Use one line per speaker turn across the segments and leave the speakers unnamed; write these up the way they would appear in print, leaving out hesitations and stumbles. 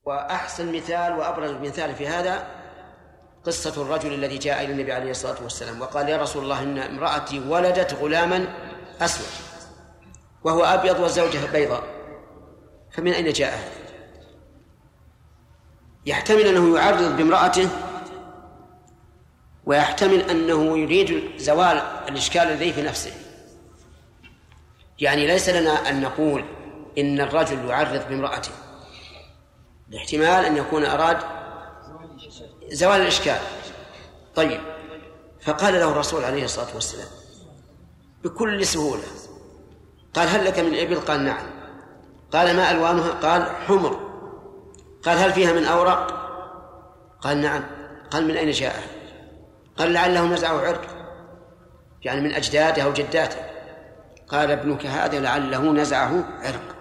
وأحسن مثال وأبرز مثال في هذا قصة الرجل الذي جاء إلى النبي عليه الصلاة والسلام وقال: يا رسول الله، إن امرأتي ولدت غلاما أسود وهو أبيض وزوجها بيضاء، فمن أين جاء هذا؟ يحتمل أنه يعرض بامرأته، ويحتمل أنه يريد زوال الإشكال الذي في نفسه. يعني ليس لنا أن نقول إن الرجل يعرض بامرأته، الاحتمال أن يكون أراد زوال الإشكال. طيب، فقال له الرسول عليه الصلاة والسلام بكل سهولة، قال: هل لك من إبل؟ قال: نعم. قال: ما ألوانها؟ قال: حمر. قال: هل فيها من أورق؟ قال: نعم. قال: من أين جاء؟ قال: لعله نزعه عرق، يعني من أجداده أو جداته. قال: ابنك هذا لعله نزعه عرق.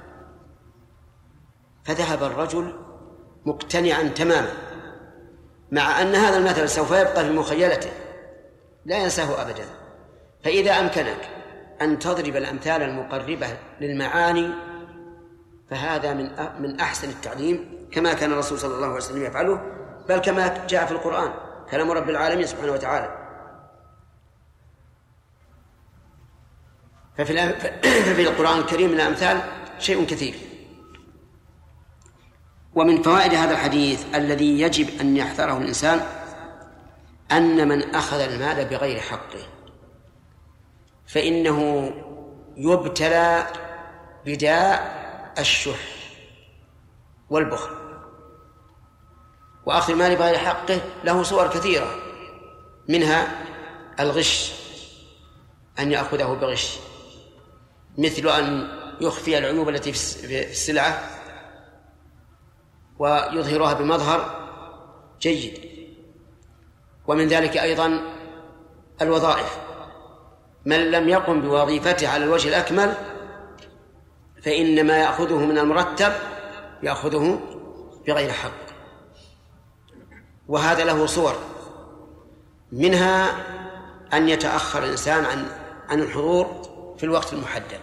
فذهب الرجل مقتنعا تماما، مع أن هذا المثل سوف يبقى في مخيلته لا ينساه أبدا. فإذا أمكنك أن تضرب الأمثال المقربة للمعاني فهذا من أحسن التعليم، كما كان الرسول صلى الله عليه وسلم يفعله، بل كما جاء في القرآن كلام رب العالمين سبحانه وتعالى. ففي القرآن الكريم من الأمثال شيء كثير. ومن فوائد هذا الحديث الذي يجب أن يحذره الإنسان أن من أخذ المال بغير حقه فإنه يبتلى بداء الشح والبخل. وأخذ المال بغير حقه له صور كثيرة، منها الغش، أن يأخذه بغش، مثل أن يخفي العيوب التي في السلعة ويظهرها بمظهر جيد. ومن ذلك أيضا الوظائف، من لم يقم بوظيفته على الوجه الأكمل فإنما يأخذه من المرتب يأخذه بغير حق. وهذا له صور، منها أن يتأخر الإنسان عن الحضور في الوقت المحدد،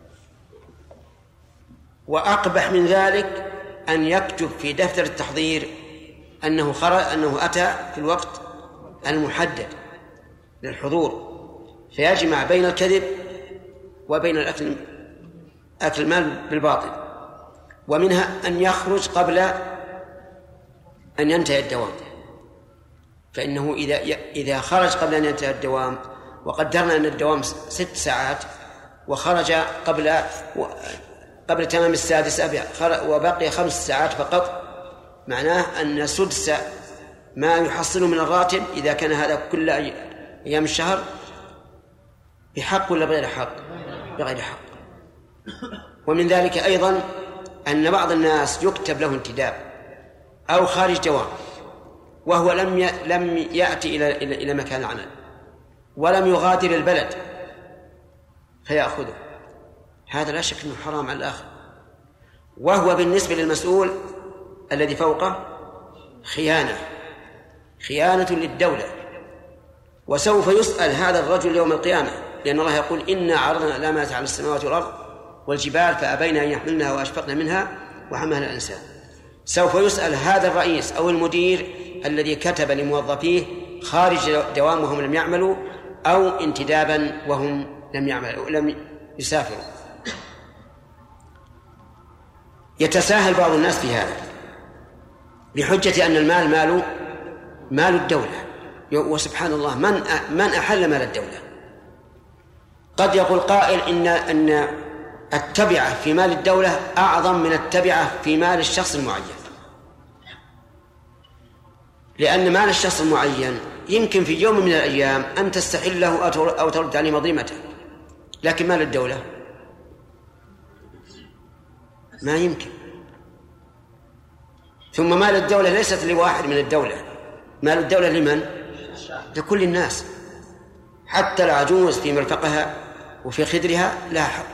وأقبح من ذلك أن يكتب في دفتر التحضير أنه أتى في الوقت المحدد للحضور، فيجمع بين الكذب وبين أكل المال بالباطل. ومنها أن يخرج قبل أن ينتهي الدوام، فإنه إذا خرج قبل أن ينتهي الدوام، وقدرنا أن الدوام 6 ساعات وخرج قبل تمام السادسة وبقي 5 ساعات فقط، معناه أن سدس ما يحصله من الراتب إذا كان هذا كل أيام الشهر بحق ولا بغير حق؟ بغير حق. ومن ذلك أيضا أن بعض الناس يكتب له انتداب أو خارج دوام وهو لم يأتي إلى مكان العمل ولم يغادر البلد فيأخذه، هذا لا شك أنه حرام على الآخر. وهو بالنسبة للمسؤول الذي فوقه خيانة للدولة، وسوف يسأل هذا الرجل يوم القيامة، لأن الله يقول: إنا عرضنا الأمانة على السماوات والأرض والجبال فأبين أن يحملنها وأشفقن منها وحملها الإنسان. سوف يسأل هذا الرئيس أو المدير الذي كتب لموظفيه خارج دوام وهم لم يعملوا، أو انتدابا وهم لم يسافروا. يتساهل بعض الناس في هذا بحجة أن المال مال الدولة، وسبحان الله من أحل مال الدولة؟ قد يقول قائل إن التبعة في مال الدولة أعظم من التبعة في مال الشخص المعين، لأن مال الشخص المعين يمكن في يوم من الأيام أن تستحله أو ترد عليه مظلمته، لكن مال الدولة ما يمكن. ثم مال الدولة ليست لواحد من الدولة، مال الدولة لمن؟ لكل الناس، حتى العجوز في مرفقها وفي خدرها لا حق.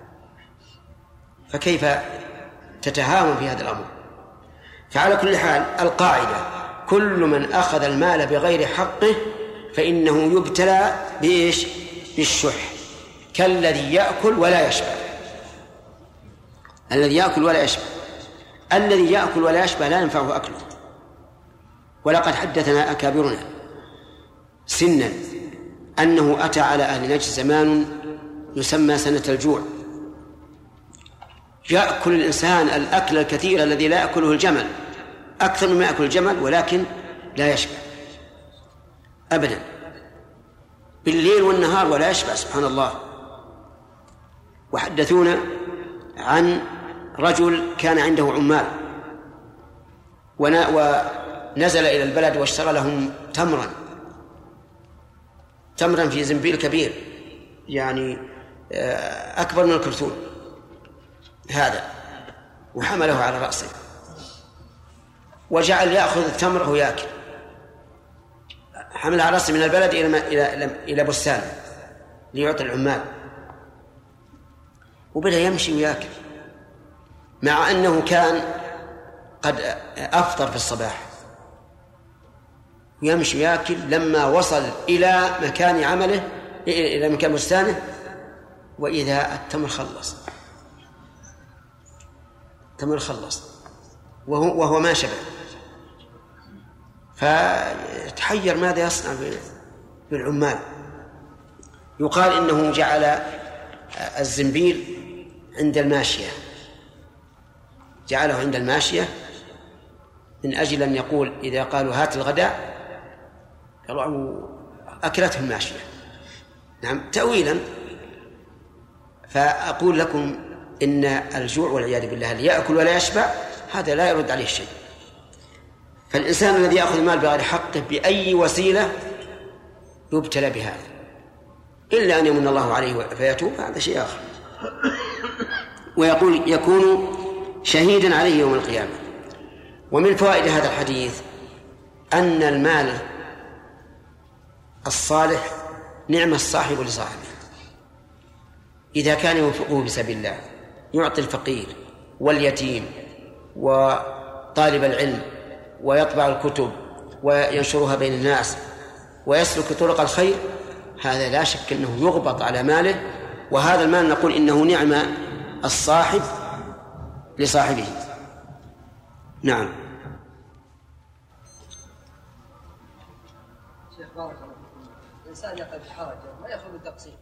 فكيف تتهاون في هذا الأمر؟ فعلى كل حال القاعدة: كل من أخذ المال بغير حقه فإنه يبتلى بإيش؟ بالشح، كالذي يأكل ولا يشبع. الذي يأكل ولا يشبع الذي يأكل ولا يشبع لا ينفعه أكله. ولقد حدثنا أكابرنا سنا أنه أتى على أهل نجد زمان يسمى سنة الجوع، يأكل الإنسان الأكل الكثير الذي لا يأكله الجمل، أكثر مما يأكل الجمل، ولكن لا يشبع أبدا، بالليل والنهار ولا يشبع، سبحان الله. وحدثونا عن رجل كان عنده عمال ونزل إلى البلد واشترى لهم تمرا في زنبيل كبير، يعني أكبر من الكرتون هذا، وحمله على رأسه وجعل يأخذ التمر ويأكل، حمل على رأسه من البلد إلى بستان ليعطي العمال، وبدأ يمشي ويأكل، مع أنه كان قد أفطر في الصباح، يمشي ويأكل. لما وصل إلى مكان عمله، إلى مكان بستانه، وإذا التمر خلص وهو ما شبع، فتحير ماذا يصنع بالعمال. يقال إنه جعل الزنبيل عند الماشية، جعله عند الماشية من أجل أن يقول إذا قالوا هات الغداء قالوا أكلته الماشية، نعم، تأويلا. فأقول لكم إن الجوع والعياذ بالله اللي يأكل ولا يشبع هذا لا يرد عليه شيء. فالإنسان الذي يأخذ المال بغير حقه بأي وسيلة يبتلى بهذا، إلا أن يمن الله عليه فيتوب، هذا شيء آخر. ويقول يكون شهيدا عليه يوم القيامة. ومن فوائد هذا الحديث أن المال الصالح نعم الصاحب لصاحبه إذا كان ينفقه بسبيل الله، يعطي الفقير واليتيم وطالب العلم، ويطبع الكتب وينشرها بين الناس ويسلك طرق الخير، هذا لا شك أنه يغبط على ماله، وهذا المال نقول إنه نعم الصاحب لصاحبه. نعم.
شيخ بارك الله فيكم، الإنسان يقع في حرج ما يأخذ التقسيم.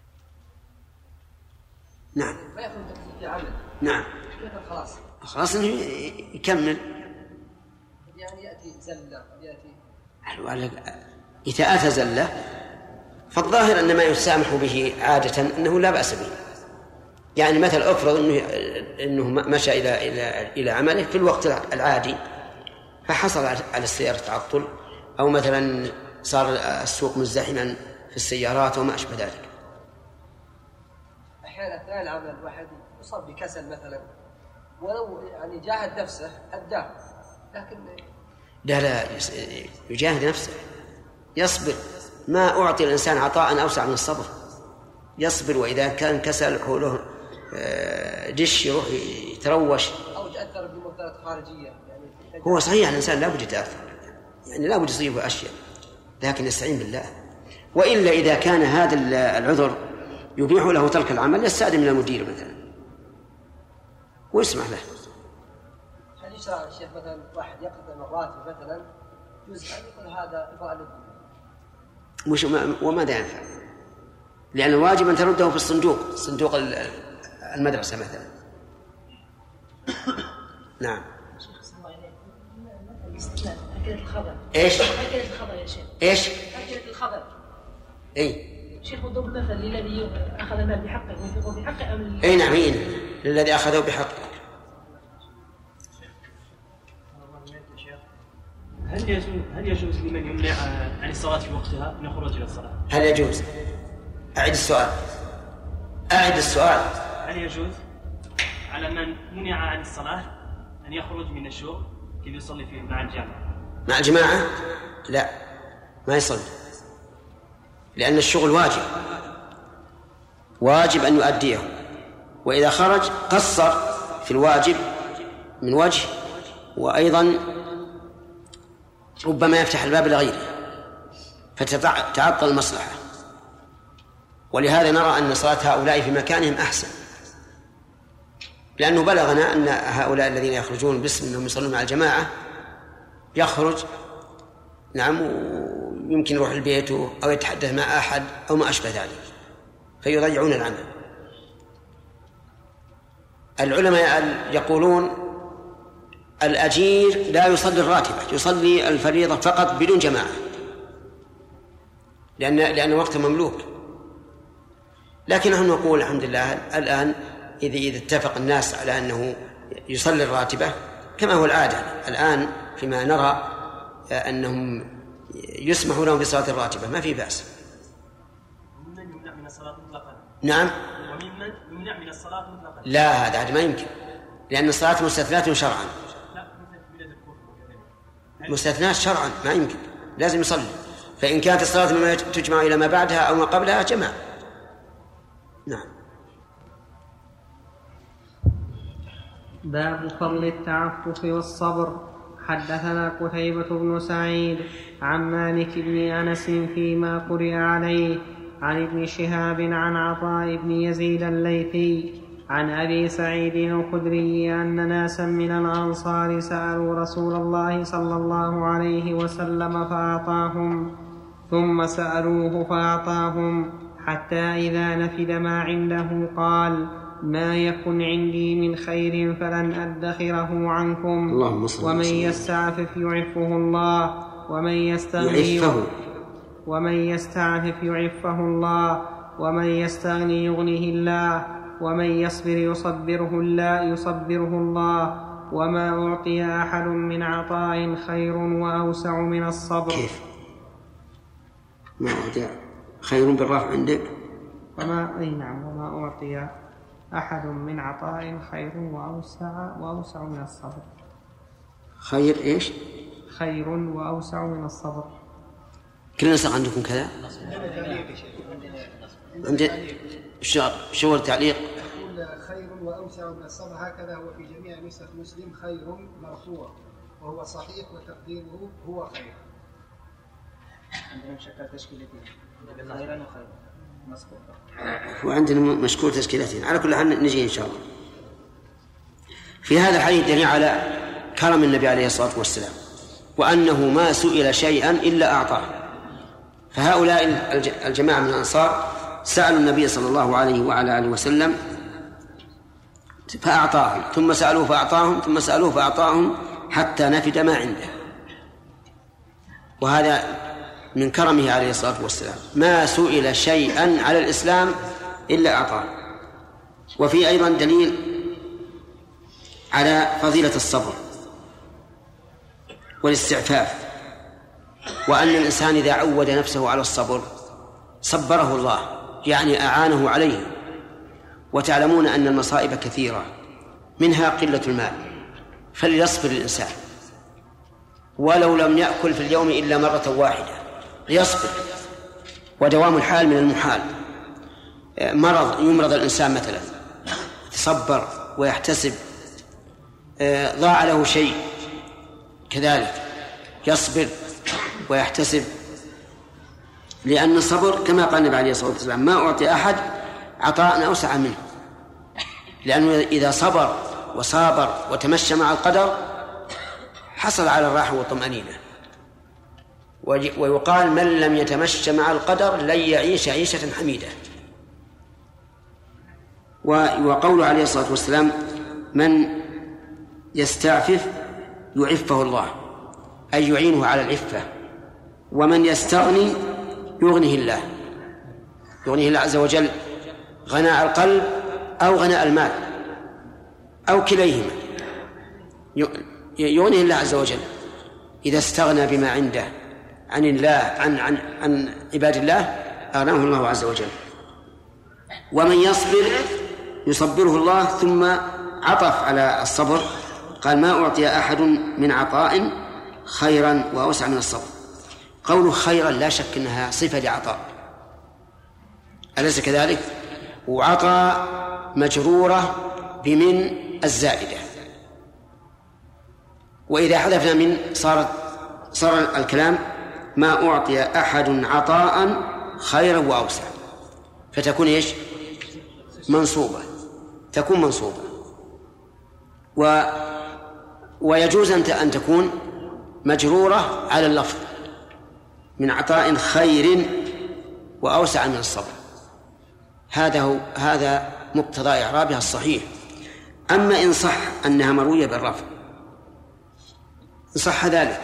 نعم.
ما يأخذ التقسيم في عمل.
نعم. خلاص إنه يكمل.
يعني يأتي زلة، يأتي.
إذا أتى زلة فالظاهر أن ما يسامح به عادة أنه لا بأس به. يعني مثل أفرض إنه مشى إلى عمله في الوقت العادي فحصل على السيارة تعطل، أو مثلا صار السوق مزدحما في السيارات وما أشبه ذلك.
أحيانا أثناء العمل الواحد يصاب بكسل مثلا، ولو يعني جاهد نفسه أداه، لكن
لا يجاهد نفسه، يصبر. ما أعطي الإنسان عطاء أوسع من الصبر، يصبر. وإذا كان كسل حوله دش يروح يتروش
أو يتأثر بمؤثرات خارجية. يعني
هو صحيح الإنسان لا بد يتأثر، يعني لا بد يصيبه أشياء، لكن يستعين بالله. وإلا إذا كان هذا العذر يبيح له ترك العمل يستأذن من المدير مثلا ويسمح له.
هل يشرع الشيخ مثلا واحد يقطع الراتب مثلا جزء أن يكون هذا إضاءة
وماذا ينفع؟ لأن الواجب أن ترده في صندوق المدرسة مثلا. نعم.
أكلة الخضر.
إيش؟
أكلة الخضر يا شيخ.
إيش؟
أكلة الخضر.
إيه.
شيخ ضرب مثل للذي أخذ المال بحقه ينفقه بحقه أم
أي نعم، للذي أخذه بحقه.
هل يجوز لمن يمنع عن الصلاة في وقتها أن يخرج إلى الصلاة؟
هل يجوز؟ أعد السؤال.
هل يجوز على من منع عن الصلاة أن يخرج من الشغل كي يصلي فيه مع
الجماعة؟ لا، ما يصلي، لأن الشغل واجب أن يؤديه، وإذا خرج قصر في الواجب من وجه، وأيضا ربما يفتح الباب لغيره فتتعطل المصلحة. ولهذا نرى أن صلاة هؤلاء في مكانهم أحسن، لأنه بلغنا أن هؤلاء الذين يخرجون باسم أنهم يصلون مع الجماعة يخرج نعم ويمكن يروح البيت أو يتحدث مع أحد أو ما أشبه ذلك فيضيعون العمل. العلماء يقولون الأجير لا يصلي الراتبة، يصلي الفريضة فقط بدون جماعة لأن وقته مملوك. لكن نحن نقول الحمد لله الآن إذا اتفق الناس على أنه يصلي الراتبة كما هو العادة الآن فيما نرى أنهم يسمحوا لهم بصلاة الراتبة ما في بأس.
وممن يمنع من الصلاة مطلقا.
نعم.
وممن يمنع من الصلاة مطلقا.
لا هذا ما يمكن لأن الصلاة مستثنات شرعا. مستثنات شرعا ما يمكن لازم يصلي. فإن كانت الصلاة مما تجمع إلى ما بعدها أو ما قبلها جمع. نعم.
باب فضل التعفف والصبر. حدثنا قتيبة بن سعيد عن مالك بن أنس فيما قرئ عليه عن ابن شهاب عن عطاء بن يزيد الليثي عن أبي سعيد الخدري أن ناسا من الأنصار سألوا رسول الله صلى الله عليه وسلم فأعطاهم ثم سألوه فأعطاهم حتى إذا نفد ما عنده قال ما يكن عندي من خير فلن أدخره عنكم ومن يستعفف يعفه الله ومن يستعفف يعفه الله ومن يستغني يغنه الله ومن يصبر يصبره الله وما أعطي أحد من عطاء خير وأوسع من الصبر.
كيف؟ ما أعطي خير بالرفع عندك؟
وما أعطي أحد من عطاء خير وأوسع من الصبر.
خير إيش؟
خير وأوسع من الصبر.
كل نسخ عندكم كذا؟ عندي شو التعليق؟
خير وأوسع من الصبر هكذا هو في جميع نسخ مسلم خير مرفوع وهو صحيح وتقديره هو خير. عندنا مشكل تشكيلتين خيرا وخير مسكوت
وعندنا مشكور تشكيلتين. على كل حال نجي إن شاء الله. في هذا الحديث دليل على كرم النبي عليه الصلاة والسلام وأنه ما سئل شيئا إلا أعطاه. فهؤلاء الجماعة من الأنصار سألوا النبي صلى الله عليه وعلى آله وسلم فأعطاهم ثم سألوه فأعطاهم ثم سألوه فأعطاهم حتى نفد ما عنده. وهذا من كرمه عليه الصلاة والسلام ما سئل شيئا على الإسلام إلا أعطاه. وفي أيضا دليل على فضيلة الصبر والاستعفاف وأن الإنسان إذا عود نفسه على الصبر صبره الله يعني أعانه عليه. وتعلمون أن المصائب كثيرة منها قلة المال فليصبر الإنسان ولو لم يأكل في اليوم إلا مرة واحدة يصبر. ودوام الحال من المحال. يمرض الإنسان مثلا يتصبر ويحتسب. ضاع له شيء كذلك يصبر ويحتسب لأن الصبر كما قال النبي عليه الصلاة والسلام ما أعطي أحد عطاء أوسع منه. لأنه إذا صبر وصابر وتمشى مع القدر حصل على الراحة والطمأنينة. ويقال من لم يتمشى مع القدر لن يعيش عيشة حميدة. وقوله عليه الصلاة والسلام من يستعفف يعفه الله أي يعينه على العفة ومن يستغني يغنيه الله عز وجل غناء القلب أو غناء المال أو كليهما. يغنيه الله عز وجل إذا استغنى بما عنده عن الله عن عباد الله أغناه الله عز وجل. ومن يصبر يصبره الله ثم عطف على الصبر قال ما أعطي أحد من عطاء خيرا وأوسع من الصبر. قوله خيرا لا شك أنها صفة لعطاء أليس كذلك؟ وعطاء مجرورة بمن الزائدة وإذا حذفنا من صار الكلام ما أعطي أحد عطاء خيرا وأوسع فتكون إيش؟ منصوبة. ويجوز أن تكون مجرورة على اللفظ من عطاء خير وأوسع من الصبر. هذا مقتضى إعرابها الصحيح. أما إن صح أنها مروية بالرفع، إن صح ذلك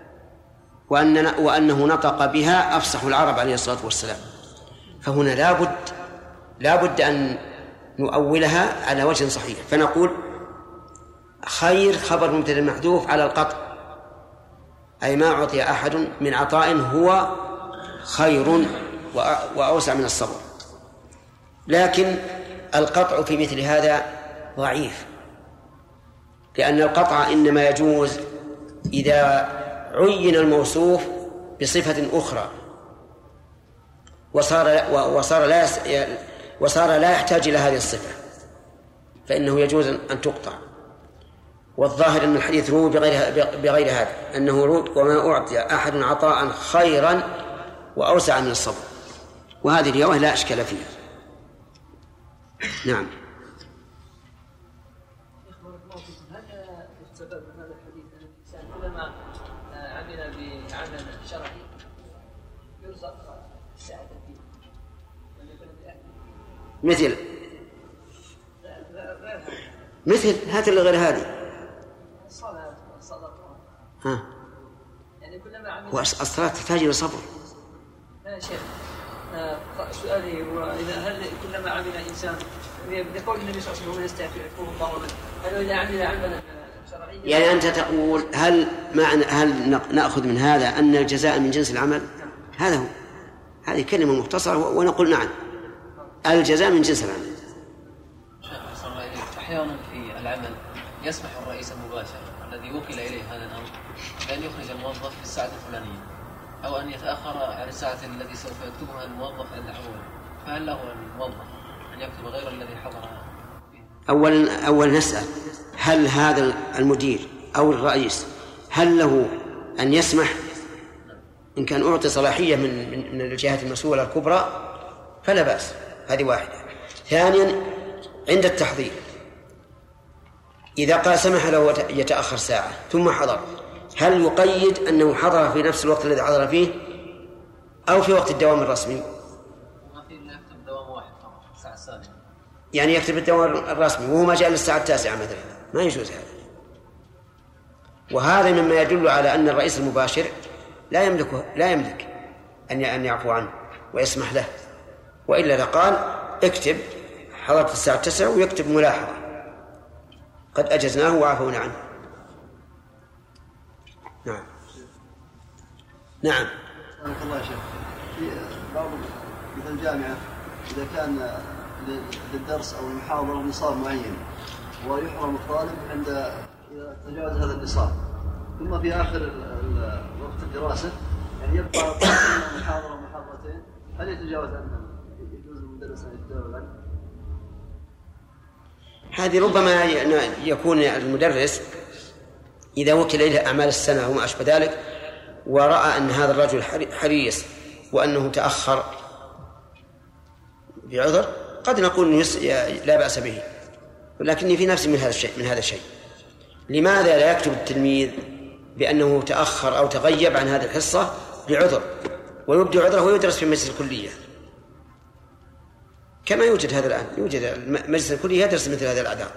وأنه نطق بها أفصح العرب عليه الصلاة والسلام، فهنا لا بد أن نؤولها على وجه صحيح، فنقول خير خبر مبتدأ محذوف على القطع، أي ما أعطي أحد من عطاء هو خير وأوسع من الصبر. لكن القطع في مثل هذا ضعيف، لأن القطع إنما يجوز إذا عين الموصوف بصفة أخرى وصار لا يحتاج إلى هذه الصفة، فإنه يجوز أن تقطع. والظاهر أن الحديث روي بغير هذا، أنه روي وما أعطي أحد عطاء خيرا وأوسع من الصبر، وهذه الرواية لا إشكال فيها. نعم.
هل يستفاد من هذا الحديث أن الإنسان كلما عمل بعمل شرعي يرزق سعادة فيه؟
مثل هات اللي غير هذه
الصلاة والصدقة. يعني كلما عمل
والصلاة تحتاج إلى صبر.
لا شيخ، سؤالي هو هل كلما عمل إنسان بقول النبي صلى الله عليه وسلم يستعفو الله منه، هل إذا عمل عملا شرعيا؟
يعني أنت تقول هل نأخذ من هذا أن الجزاء من جنس العمل؟ هذا هو. هذه كلمة مختصرة ونقول نعم، الجزاء من جنس العمل.
أحيانا في العمل يسمح الرئيس المباشر الذي وكل إليه هذا الأمر بأن يخرج الموظف في الساعة الفلانية، أو أن يتأخر عن الساعة التي سوف يكتبها الموظف الأول، فهل له الموظف أن يكتب غير الذي حضر؟
أولا نسأل هل هذا المدير أو الرئيس هل له أن يسمح؟ إن كان أعطي صلاحية من الجهات المسؤولة الكبرى فلا بأس، هذه واحدة. ثانيا عند التحضير إذا قال سمح له يتأخر ساعة ثم حضر، هل يقيد أنه حضر في نفس الوقت الذي حضر فيه أو في وقت الدوام الرسمي؟
يكتب دوام واحد فقط الساعة السابعة،
يعني يكتب الدوام الرسمي وهو ما جاء للساعة 9 مثلا، ما يجوز هذا. وهذا مما يدل على أن الرئيس المباشر لا يملك أن يعفو عنه ويسمح له، وإلا لقال اكتب حضرت الساعة 9 ويكتب ملاحظة قد أجزناه وعفونا عنه. نعم. نعم.
سبحانك الله يا شيخ، في بعض مثل الجامعة إذا كان للدرس أو المحاضرة نصاب معين ويحرم الطالب عند إذا تجاوز هذا النصاب، ثم في آخر وقت الدراسة يعني يبقى محاضرة ومحاضرتين، هل يتجاوز عنه؟ يجوز المدرس أن يتجاوز عنه؟
هذه ربما يكون المدرس إذا وكل إليه أعمال السنة وما أشبه ذلك ورأى أن هذا الرجل حريص وأنه تأخر بعذر، قد نقول لا بأس به، ولكني في نفسي من هذا الشيء. لماذا لا يكتب التلميذ بأنه تأخر أو تغيب عن هذه الحصة بعذر ويبدي عذره ويدرس في مجلس الكلية كما يوجد هذا الآن؟ يوجد مجلس الكلية يدرس مثل هذا الأعذار.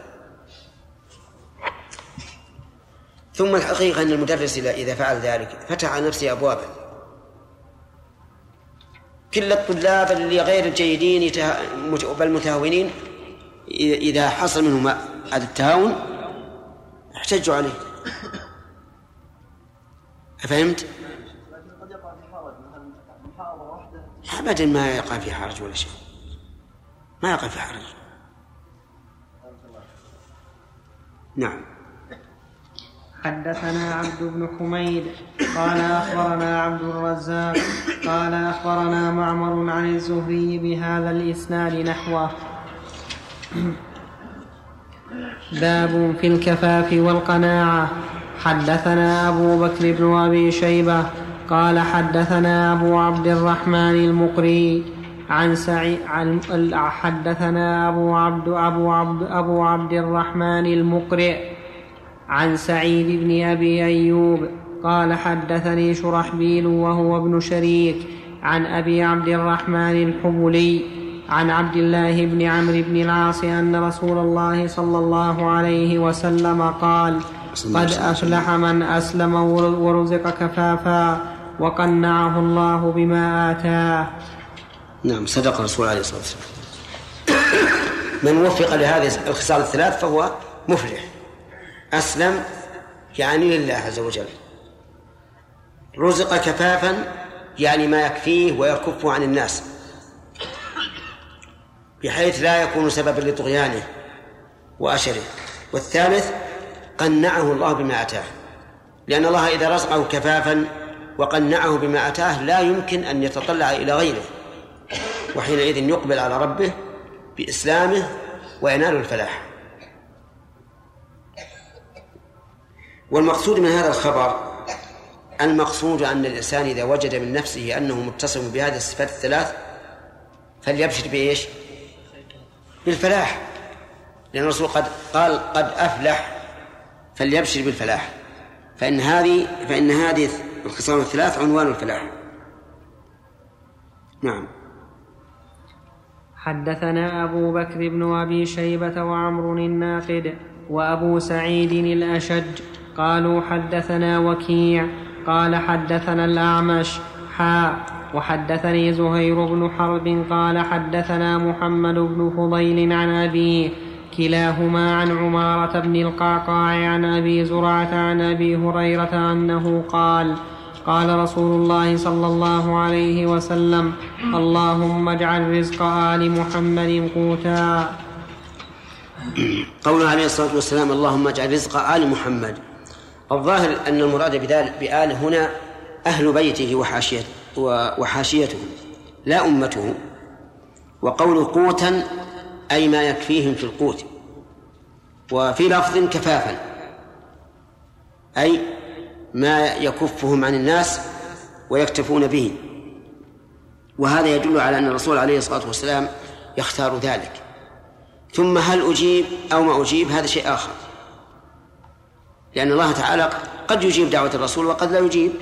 ثم الحقيقة أن المدرس إذا فعل ذلك فتح على نفسه أبوابا. كل الطلاب اللي غير الجيدين بل متهاونين إذا حصل منهم هذا التهاون احتجوا عليه. أفهمت؟ أبدا ما يقع في حرج ولا شيء، ما يقع في حرج. نعم.
حدثنا عبد بن حميد قال أخبرنا عبد الرزاق قال أخبرنا معمر عن الزهري بهذا الإسناد نحوه. باب في الكفاف والقناعة. حدثنا أبو بكر بن أبي شيبة قال حدثنا أبو عبد الرحمن المقري عن حدثنا أبو عبد الرحمن المقرئ عن سعيد بن أبي أيوب قال حدثني شرحبيل وهو ابن شريك عن أبي عبد الرحمن الحبلي عن عبد الله بن عمرو بن العاص أن رسول الله صلى الله عليه وسلم قال قد أفلح من أسلم ورزق كفافا وقنعه الله بما آتاه.
نعم، صدق الرسول عليه الصلاة والسلام. من وفق لهذه الخصال الثلاث فهو مفلح. أسلم يعني لله عز وجل، رزق كفافا يعني ما يكفيه ويكف عن الناس بحيث لا يكون سببا لطغيانه وأشره. والثالث قنعه الله بما أتاه، لأن الله إذا رزقه كفافا وقنعه بما أتاه لا يمكن أن يتطلع إلى غيره، وحينئذ يقبل على ربه بإسلامه وينال الفلاح. والمقصود من هذا الخبر، المقصود أن الإنسان إذا وجد من نفسه أنه متصف بهذه الصفات الثلاث فليبشر بإيش؟ بالفلاح، لأن الرسول قال قد أفلح، فليبشر بالفلاح، فإن هذه الخصال الثلاث عنوان الفلاح. نعم.
حدثنا أبو بكر بن أبي شيبة وعمر الناقد وأبو سعيد الأشج قالوا حدثنا وكيع قال حدثنا الأعمش وحدثني زهير بن حرب قال حدثنا محمد بن فضيل عن أبيه كلاهما عن عمارة بن القعقاع عن أبي زرعة عن أبي هريرة أنه قال قال رسول الله صلى الله عليه وسلم اللهم اجعل رزق آل محمد قوتا.
قوله عليه الصلاة والسلام اللهم اجعل رزق آل محمد، الظاهر أن المراد بآل هنا أهل بيته وحاشيته لا أمته. وقول قوتا أي ما يكفيهم في القوت، وفي لفظ كفافا أي ما يكفهم عن الناس ويكتفون به. وهذا يدل على أن الرسول عليه الصلاة والسلام يختار ذلك. ثم هل أجيب أو ما أجيب هذا شيء آخر، لأن الله تعالى قد يجيب دعوة الرسول وقد لا يجيب،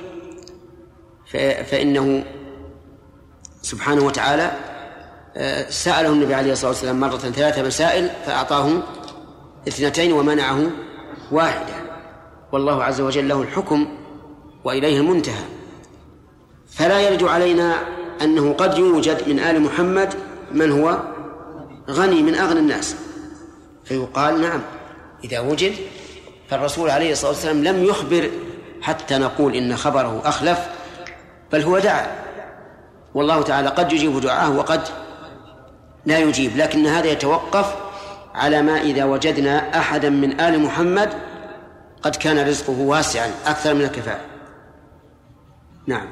فإنه سبحانه وتعالى سأله النبي عليه الصلاة والسلام مرة 3 مسائل فأعطاه 2 ومنعه 1، والله عز وجل له الحكم وإليه المنتهى. فلا يرد علينا أنه قد يوجد من آل محمد من هو غني من أغنى الناس، فيقال نعم إذا وجد. فالرسول عليه الصلاة والسلام لم يخبر حتى نقول إن خبره أخلف، بل هو دعا، والله تعالى قد يجيب دعاه وقد لا يجيب، لكن هذا يتوقف على ما إذا وجدنا أحدا من آل محمد قد كان رزقه واسعا أكثر من الكفاية. نعم.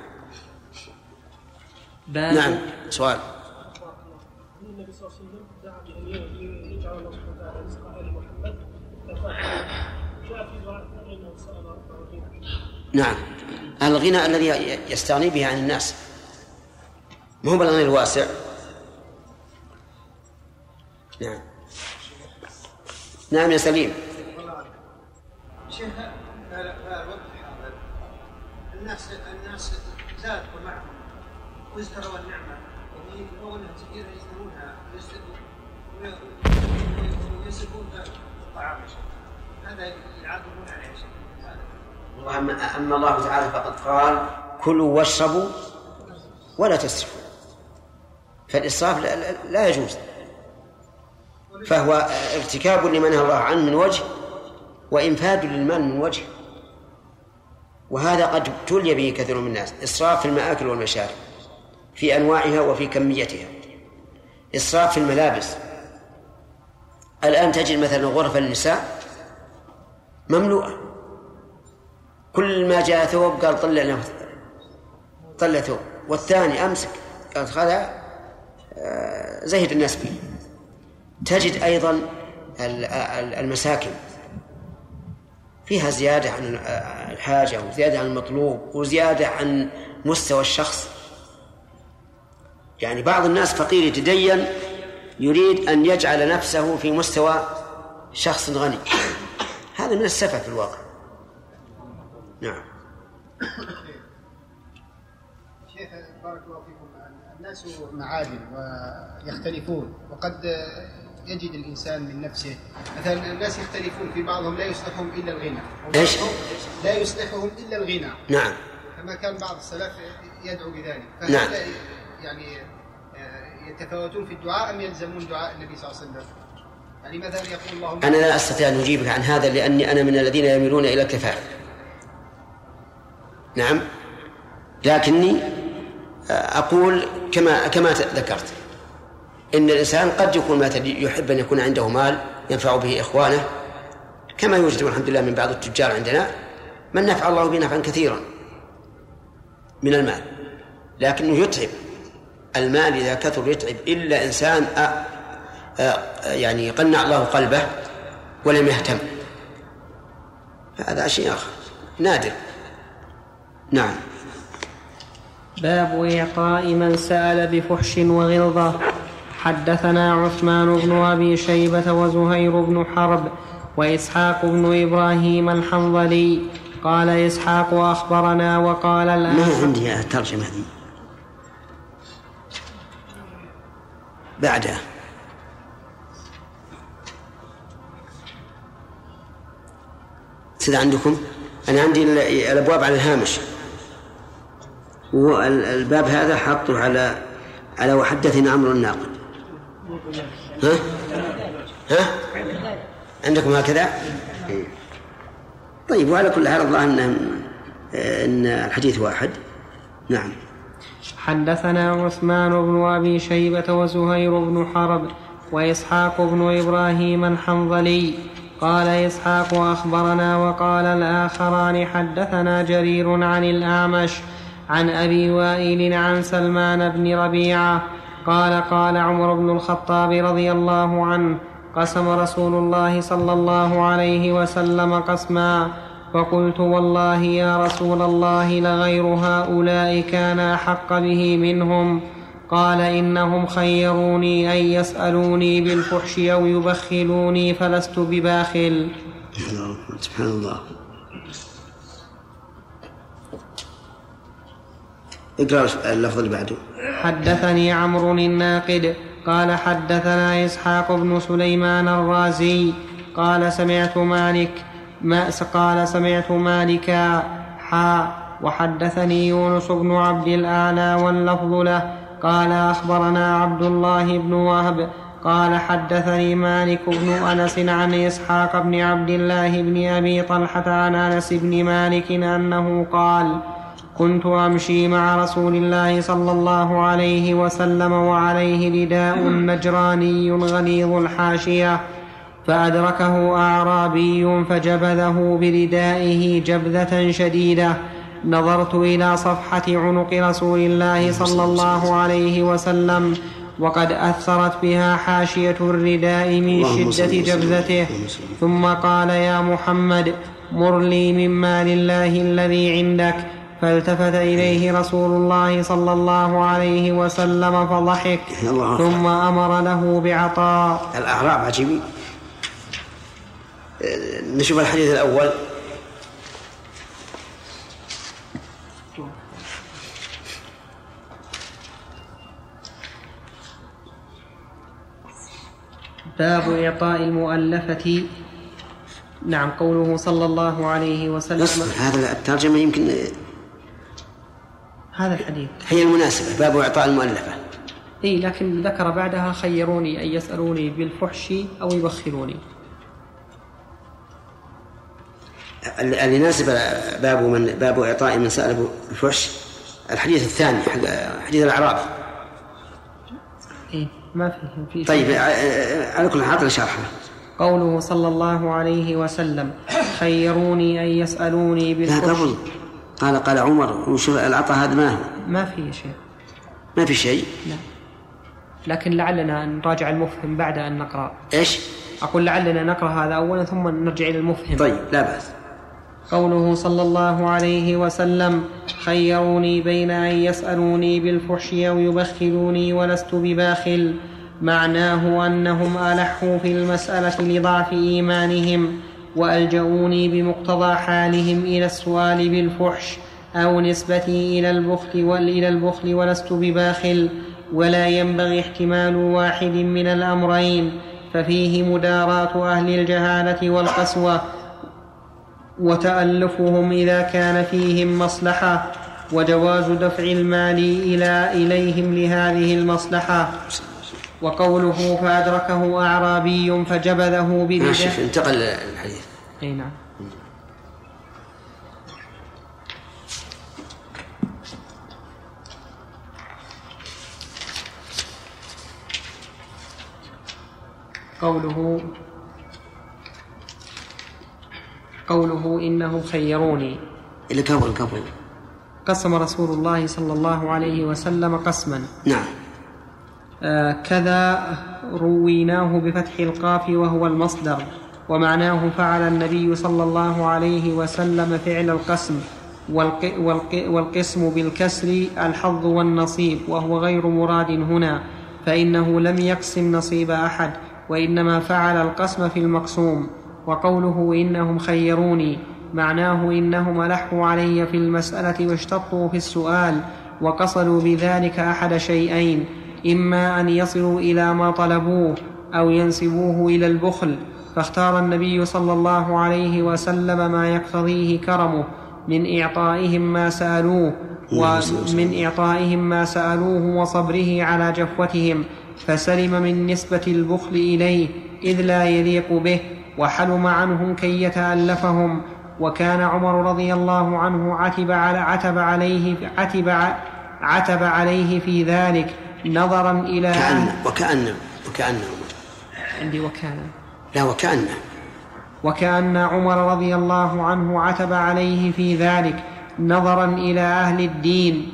نعم. سؤال.
النبي صلى الله عليه وسلم دعا بأن يجعل الله سبحانه وتعالى رزق آل محمد جاء في دعاء أنه سأل ربه الغنى.
نعم، الغنى الذي يستغني به عن الناس، ما هو بالغنى الواسع. نعم. نعم يا سليم.
شيخ الوقت حاضر، الناس زادوا معهم وازدروا النعمة ويبغونها كثيرا يزدرونها ويسبون الطعام، هذا يعاقبون عليه شيء.
أما الله تعالى فقد قال كلوا واشربوا ولا تسرفوا، فالإسراف لا يجوز، فهو ارتكاب لمن نهى الله عنه من وجه وإنفاذ للمال من وجه، وهذا قد ابتلي به كثير من الناس. إسراف في المآكل والمشارب في أنواعها وفي كميتها، إسراف في الملابس. الآن تجد مثلا غرف النساء مملوءة، كل ما جاء ثوب قال طلع ثوب، والثاني أمسك قال هذا زهد الناس به. تجد أيضا المساكن فيها زيادة عن الحاجة وزيادة عن المطلوب وزيادة عن مستوى الشخص. يعني بعض الناس فقير يتدين يريد أن يجعل نفسه في مستوى شخص غني، هذا من السفة في الواقع. نعم.
شيخ بارك الله فيكم، الناس معادن ويختلفون، وقد يجد الإنسان من نفسه مثلا الناس يختلفون، في بعضهم لا يصلحهم إلا الغنى،
إيش؟
لا يصلحهم إلا الغنى.
نعم.
كما كان بعض السلف يدعو بذلك.
نعم.
يعني يتفاوتون في الدعاء أم يلزمون دعاء النبي صلى الله عليه وسلم؟ يعني مثلا يقول اللهم،
أنا لا أستطيع أن أجيبك عن هذا لأني أنا من الذين يميلون إلى الكفاف. نعم، لكني أقول كما ذكرت إن الإنسان قد يكون يحب أن يكون عنده مال ينفع به إخوانه، كما يوجد الحمد لله من بعض التجار عندنا من نفع الله به نفعا كثيرا من المال، لكنه يتعب. المال إذا كثر يتعب، إلا إنسان يعني قنع الله قلبه ولم يهتم، هذا شيء آخر نادر. نعم.
باب إعطاء من سأل بفحش وغلظة. حدثنا عثمان بن أبي شيبة وزهير بن حرب وإسحاق بن إبراهيم الحنظلي. قال إسحاق أخبرنا وقال الآن
ما عندي الترجمة هذه بعدها. سيد عندكم؟ أنا عندي الأبواب على الهامش، والباب هذا حاطه على وحدثنا عمرو الناقد. ها عندكم هكذا؟ طيب، وعلى كل حال الله إن الحديث واحد. نعم.
حدثنا عثمان بن أبي شيبة وزهير بن حرب وإسحاق بن إبراهيم الحنظلي. قال إسحاق أخبرنا وقال الآخران حدثنا جرير عن الأعمش عن أبي وائل عن سلمان بن ربيعة قال قال عمر بن الخطاب رضي الله عنه: قسم رسول الله صلى الله عليه وسلم قسما، فقلت والله يا رسول الله لغير هؤلاء كان أحق به منهم. قال إنهم خيروني أن يسألوني بالفحش أو يبخلوني فلست بباخل.
سبحان الله. اقرأ اللفظ اللي بعده.
حدثني عمرو الناقد قال حدثنا إسحاق بن سليمان الرازي قال سمعت مالكا وحدثني يونس بن عبد الأعلى واللفظ له قال أخبرنا عبد الله بن وهب قال حدثني مالك بن أنس عن إسحاق بن عبد الله بن أبي طلحة عن أنس بن مالك أنه قال: كنت أمشي مع رسول الله صلى الله عليه وسلم وعليه رداء نجراني غليظ الحاشية، فأدركه أعرابي فجبذه بردائه جبذة شديدة. نظرت إلى صفحة عنق رسول الله صلى الله عليه وسلم وقد أثرت بها حاشية الرداء من شدة جبذته، ثم قال: يا محمد مر لي من مال الله الذي عندك. فالتفت إليه رسول الله صلى الله عليه وسلم فضحك، ثم أمر له بعطاء.
الأعراب عجيبين. نشوف الحديث الأول.
باب إعطاء المؤلفة. نعم، قوله صلى الله عليه وسلم.
هذا الترجمة يمكن
هذا الحديث
هي المناسبة، باب إعطاء المؤلفة.
لكن ذكر بعدها: خيروني أن يسألوني بالفحش أو يبخلوني.
اللي يناسب باب إعطاء من سأل بالفحش الحديث الثاني، حديث الأعراب.
ما فيه.
طيب، على كل حاضر شرحه.
قوله صلى الله عليه وسلم: خيروني أن يسألوني بالفحش.
قال عمر: وشوف العطاء هذا
ما فيه شيء.
ما في شيء.
لا، لكن لعلنا نراجع المفهم بعد أن نقرأ.
إيش؟
أقول لعلنا نقرأ هذا أولا ثم نرجع إلى المفهم.
طيب، لا بأس.
قوله صلى الله عليه وسلم: خيروني بين أن يسألوني بالفحش أو يبخلوني ولست بباخل، معناه أنهم ألحوا في المسألة لضعف إيمانهم، وألجؤوني بمقتضى حالهم إلى السؤال بالفحش أو نسبتي إلى البخل ولست بباخل، ولا ينبغي احتمال واحد من الأمرين، ففيه مداراة أهل الجهالة والقسوة وتألفهم إذا كان فيهم مصلحة، وجواز دفع المال إليهم لهذه المصلحة. وقوله فأدركه أعرابي فجبذه
برداء. انتقل الحديث.
أي نعم. قوله إنهم خيروني.
إلى قبل
قسم رسول الله صلى الله عليه وسلم قسما.
نعم.
كذا رويناه بفتح القاف وهو المصدر، ومعناه فعل النبي صلى الله عليه وسلم فعل القسم، والقسم بالكسر الحظ والنصيب، وهو غير مراد هنا، فإنه لم يقسم نصيب أحد، وإنما فعل القسم في المقسوم. وقوله إنهم خيروني معناه إنهم ألحوا علي في المسألة واشتطوا في السؤال، وقصدوا بذلك أحد شيئين: إما أن يصلوا إلى ما طلبوه أو ينسبوه إلى البخل، فاختار النبي صلى الله عليه وسلم ما يقتضيه كرمه من إعطائهم ما سألوه وصبره على جفوتهم، فسلم من نسبة البخل إليه إذ لا يليق به، وحلم عنهم كي يتألفهم. وكان عمر رضي الله عنه عتب عليه في ذلك نظرا إلى وكأن عمر رضي الله عنه عتب عليه في ذلك نظرا إلى أهل الدين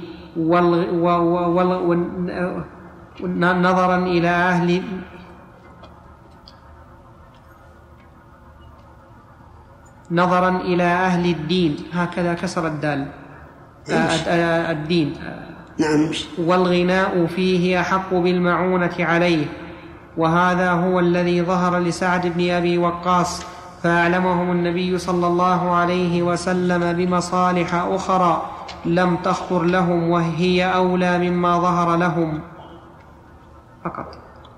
نظرا إلى أهل الدين، هكذا كسر الدال الدين.
نعم.
والغناء فيه أحق بالمعونة عليه، وهذا هو الذي ظهر لسعد بن أبي وقاص، فأعلمهم النبي صلى الله عليه وسلم بمصالح أخرى لم تخطر لهم، وهي أولى مما ظهر لهم فقط.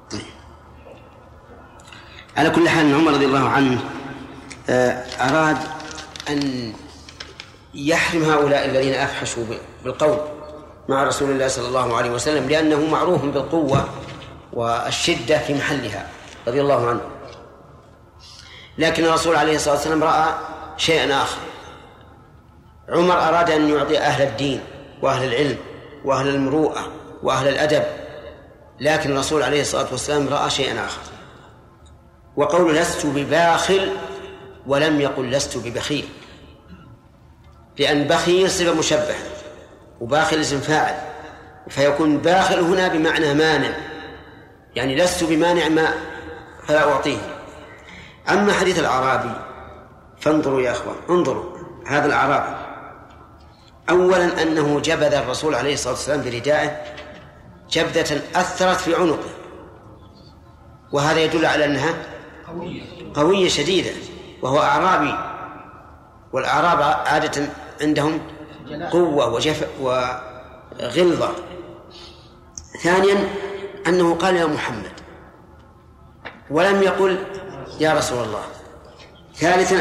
على كل حال عمر رضي الله عنه أراد أن يحرم هؤلاء الذين أفحشوا بالقول مع رسول الله صلى الله عليه وسلم، لأنه معروف بالقوة والشدة في محلها رضي الله عنه. لكن الرسول عليه الصلاة والسلام رأى شيئا آخر. عمر أراد أن يعطي أهل الدين وأهل العلم وأهل المروءة وأهل الأدب، لكن الرسول عليه الصلاة والسلام رأى شيئا آخر، وقول لست بباخل ولم يقل لست ببخيل، لأن بخيل صفة مشبهة وباخل اسم فاعل، فيكون باخل هنا بمعنى مانع، يعني لست بمانع ما فلا أعطيه. أما حديث الأعرابي فانظروا يا أخوان، انظروا هذا الأعرابي، أولا أنه جبذ الرسول عليه الصلاة والسلام بردائه جبذة أثرت في عنقه، وهذا يدل على أنها قوية شديدة، وهو أعرابي، والأعراب عادة عندهم قوة وغلظة. ثانيا أنه قال يا محمد ولم يقل يا رسول الله. ثالثا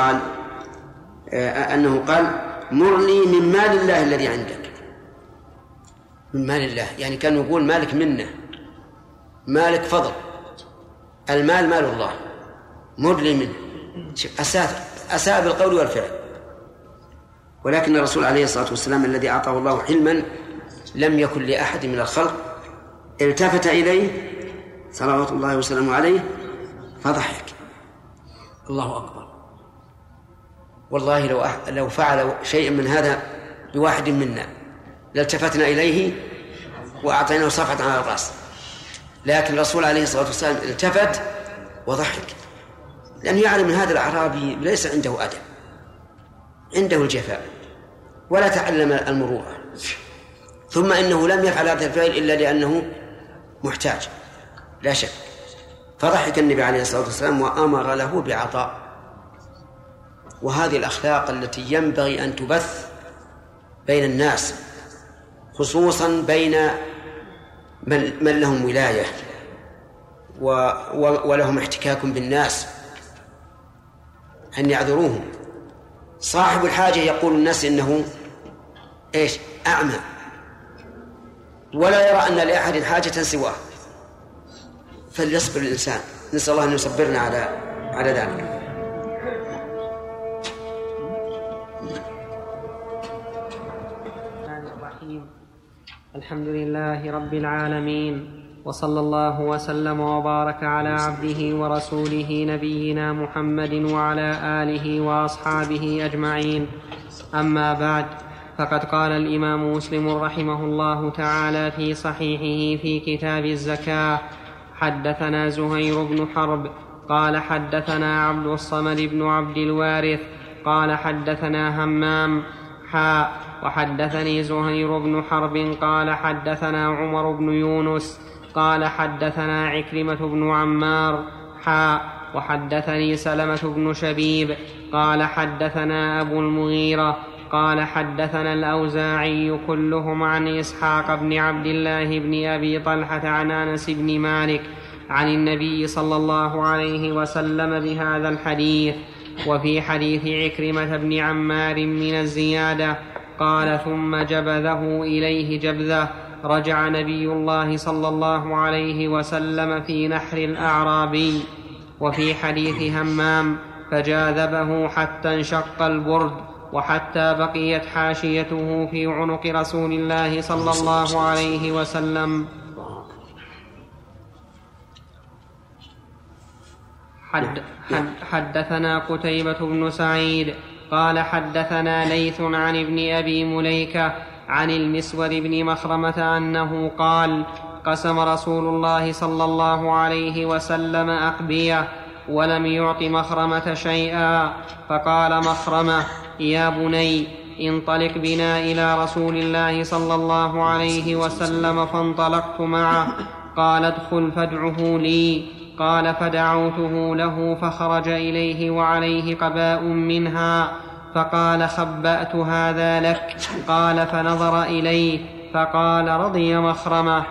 أنه قال مر لي من مال الله الذي عندك. من مال الله يعني كان يقول مالك منه، مالك فضل، المال مال الله، مر لي منه. أساء بالقول والفعل. ولكن الرسول عليه الصلاة والسلام الذي أعطاه الله حلما لم يكن لأحد من الخلق التفت إليه صلوات الله وسلامه عليه فضحك. الله أكبر. والله لو فعل شيء من هذا بواحد منا لالتفتنا إليه وأعطيناه صفحة على الرأس، لكن الرسول عليه الصلاة والسلام التفت وضحك، لأنه يعلم أن هذا الأعرابي ليس عنده أدب، عنده الجفاء ولا تعلم المروءة، ثم إنه لم يفعل هذا الفعل إلا لأنه محتاج لا شك. فضحك النبي عليه الصلاة والسلام وأمر له بعطاء، وهذه الأخلاق التي ينبغي أن تبث بين الناس، خصوصا بين من لهم ولاية ولهم احتكاك بالناس، أن يعذروهم. صاحب الحاجة يقول الناس إنه أعمى، ولا يرى أن لأحد حاجة سواه، فليصبر الإنسان. نسأل الله أن يصبرنا على ذلك.
الحمد لله رب العالمين، وصلى الله وسلم وبارك على عبده ورسوله نبينا محمد وعلى آله وأصحابه أجمعين. أما بعد، فقد قال الإمام مسلم رحمه الله تعالى في صحيحه في كتاب الزكاة: حدثنا زهير بن حرب قال حدثنا عبد الصمد بن عبد الوارث قال حدثنا همام وحدثني زهير بن حرب قال حدثنا عمر بن يونس قال حدثنا عكرمة بن عمار وحدثني سلمة بن شبيب قال حدثنا أبو المغيرة قال حدثنا الأوزاعي كلهم عن إسحاق بن عبد الله بن أبي طلحة عن أنس بن مالك عن النبي صلى الله عليه وسلم بهذا الحديث. وفي حديث عكرمة بن عمار من الزيادة: قال ثم جبذه إليه جبذة. رجع نبي الله صلى الله عليه وسلم في نحر الأعرابي. وفي حديث همام: فجاذبه حتى انشق البرد وحتى بقيت حاشيته في عنق رسول الله صلى الله عليه وسلم. حدثنا قتيبة بن سعيد قال حدثنا ليث عن ابن أبي مليكة عن المسور بن مخرمة أنه قال: قسم رسول الله صلى الله عليه وسلم أقبية ولم يعط مخرمة شيئا، فقال مخرمة: يا بني انطلق بنا إلى رسول الله صلى الله عليه وسلم. فانطلقت معه. قال: ادخل فادعه لي. قال: فدعوته له فخرج إليه وعليه قباء منها، فقال: خبأت هذا لك. قال: فنظر إليه فقال: رضي مخرمة.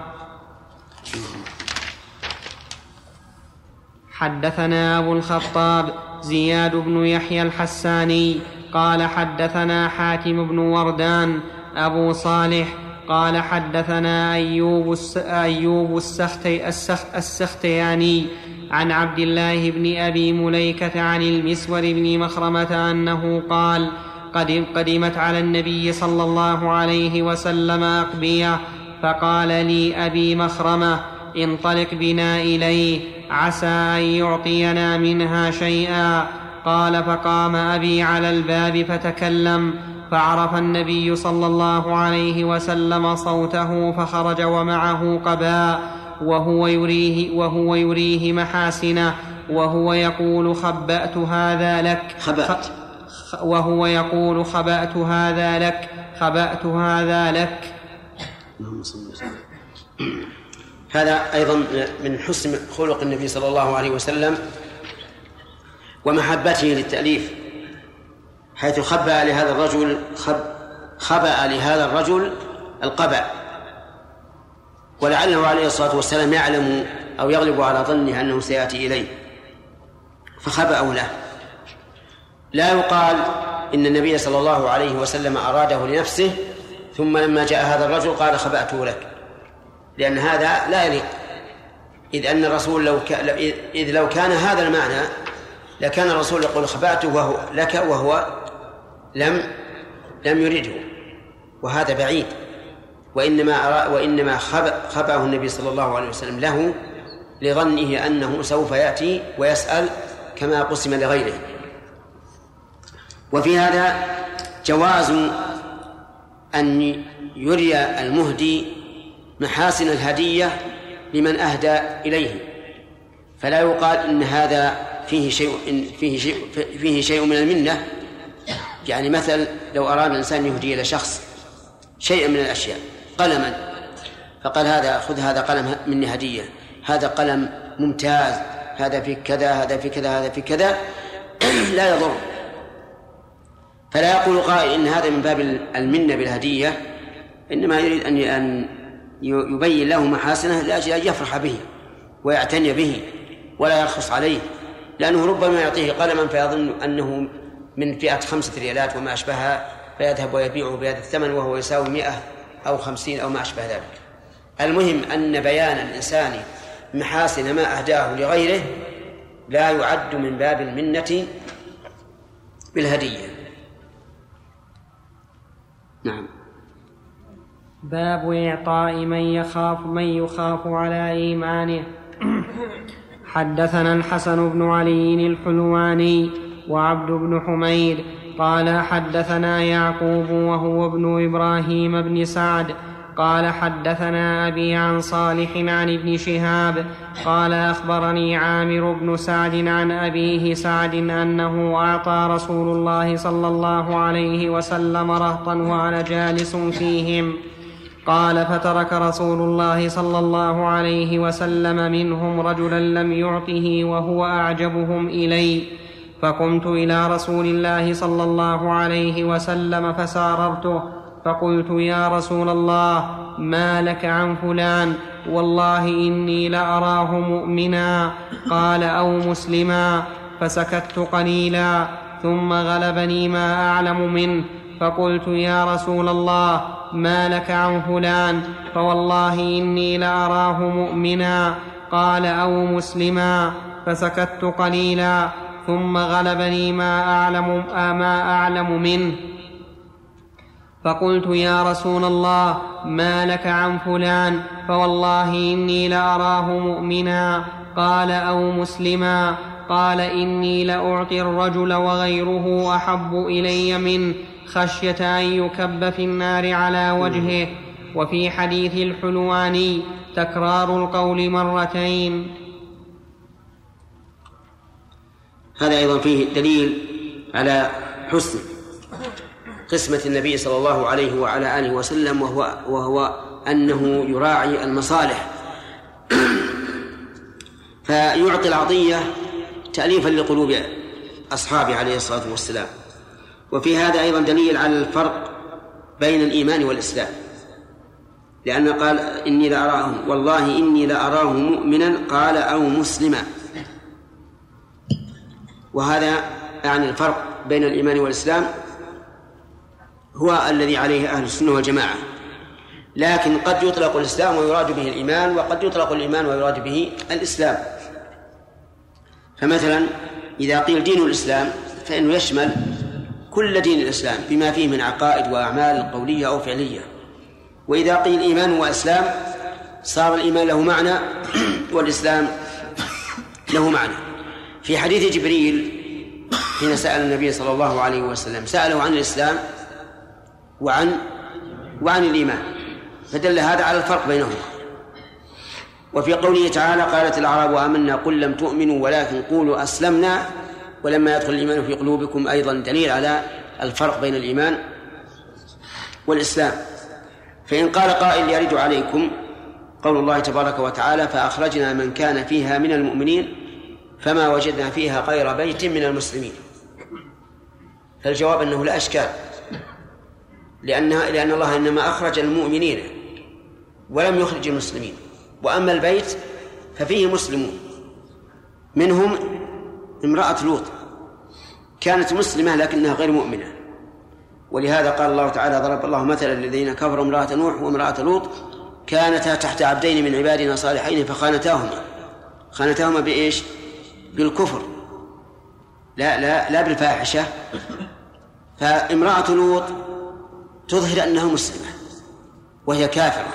حدثنا أبو الخطاب زياد بن يحيى الحساني قال حدثنا حاتم بن وردان أبو صالح قال حدثنا أيوب السختياني عن عبد الله بن أبي مليكة عن المسور بن مخرمة أنه قال: قدمت على النبي صلى الله عليه وسلم أقبية، فقال لي أبي مخرمة: انطلق بنا إليه عسى أن يعطينا منها شيئا. قال: فقام أبي على الباب فتكلم، فعرف النبي صلى الله عليه وسلم صوته، فخرج ومعه قباء وهو يريه محاسنه وهو يقول: خبأت هذا لك. وهو يقول: خبأت هذا لك، خبأت هذا لك.
هذا أيضا من حسن خلق النبي صلى الله عليه وسلم ومحبته للتأليف، حيث خبأ لهذا الرجل القبأ، ولعله عليه الصلاة والسلام يعلم أو يغلب على ظنه أنه سيأتي إليه فخبأه له. لا يقال إن النبي صلى الله عليه وسلم أراده لنفسه ثم لما جاء هذا الرجل قال: خبأته لك، لأن هذا لا يليق، إذ أن الرسول لو كان هذا المعنى لكان الرسول يقول: خبأته لك وهو لم يرده، وهذا بعيد. وإنما خبأه النبي صلى الله عليه وسلم له لظنه أنه سوف يأتي ويسأل كما قسم لغيره. وفي هذا جواز أن يري المهدي محاسن الهدية لمن أهدى إليه، فلا يقال إن هذا فيه شيء من المنة. يعني مثل لو أراد الإنسان يهدي إلى شخص شيئا من الأشياء، قلما، فقال: خذ هذا قلم مني هدية، هذا قلم ممتاز، هذا في كذا، هذا في كذا، هذا في كذا، لا يضر، فلا يقول قائل إن هذا من باب المنة بالهدية، إنما يريد أن يبين له محاسنه لأجل أن يفرح به ويعتني به ولا يرخص عليه، لأنه ربما يعطيه قلما فيظن أنه من فئة 5 ريالات وما أشبهها، فيذهب ويبيعه بهذا الثمن وهو يساوي 100 أو 50 أو ما أشبه ذلك. المهم أن بيان الإنسان محاسن ما أهداه لغيره لا يعد من باب المنة بالهدية. نعم.
باب إعطاء من يخاف على إيمانه. حدثنا الحسن بن علي الحلواني وعبد بن حميد قال حدثنا يعقوب وهو ابن إبراهيم بن سعد قال حدثنا أبي عن صالح عن ابن شهاب قال أخبرني عامر بن سعد عن أبيه سعد أنه أعطى رسول الله صلى الله عليه وسلم رهطا وأنا جالس فيهم. قال فترك رسول الله صلى الله عليه وسلم منهم رجلا لم يعطه وهو أعجبهم إلي، فقمت إلى رسول الله صلى الله عليه وسلم فساررته فقلت يا رسول الله ما لك عن فلان؟ والله إني لأراه مؤمنا. قال أو مسلما. فسكت قليلا ثم غلبني ما أعلم منه فقلت يا رسول الله ما لك عن فلان؟ فوالله إني لأراه مؤمنا. قال أو مسلما. فسكت قليلا ثم غلبني ما أعلم منه فقلت يا رسول الله ما لك عن فلان؟ فوالله إني لأراه مؤمنا. قال أو مسلما. قال إني لأعطي الرجل وغيره أحب إلي منه خشية أن يكب في النار على وجهه. وفي حديث الحلواني تكرار القول مرتين.
هذا أيضا فيه دليل على حسن قسمة النبي صلى الله عليه وعلى آله وسلم، وهو أنه يراعي المصالح فيعطي العطية تأليفا لقلوب أصحابه عليه الصلاة والسلام. وفي هذا أيضا دليل على الفرق بين الإيمان والإسلام، لأن قال إني لأراه والله إني لأراه مؤمنا قال أو مسلما، وهذا يعني الفرق بين الإيمان والإسلام هو الذي عليه أهل السنة والجماعة. لكن قد يطلق الإسلام ويراد به الإيمان، وقد يطلق الإيمان ويراد به الإسلام. فمثلا إذا قيل دين الإسلام فإنه يشمل كل دين الإسلام بما فيه من عقائد وأعمال قولية أو فعلية. وإذا قيل إيمان وإسلام صار الإيمان له معنى والإسلام له معنى. في حديث جبريل حين سأل النبي صلى الله عليه وسلم سأله عن الإسلام وعن الإيمان، فدل هذا على الفرق بينهما. وفي قوله تعالى قالت الأعراب آمنا قل لم تؤمنوا ولكن قولوا أسلمنا ولما يدخل الإيمان في قلوبكم أيضا دليل على الفرق بين الإيمان والإسلام. فإن قال قائل يرد عليكم قول الله تبارك وتعالى فأخرجنا من كان فيها من المؤمنين فما وجدنا فيها غير بيت من المسلمين، فالجواب أنه لا إشكال، لأن الله إنما أخرج المؤمنين ولم يخرج المسلمين. وأما البيت ففيه مسلمون، منهم امرأة لوط كانت مسلمة لكنها غير مؤمنة، ولهذا قال الله تعالى ضرب الله مثلا الذين كفروا امرأة نوح وامرأة لوط كانتا تحت عبدين من عبادنا صالحين فخانتاهما بإيش؟ بالكفر، لا بالفاحشة. فامرأة لوط تظهر أنها مسلمة وهي كافرة.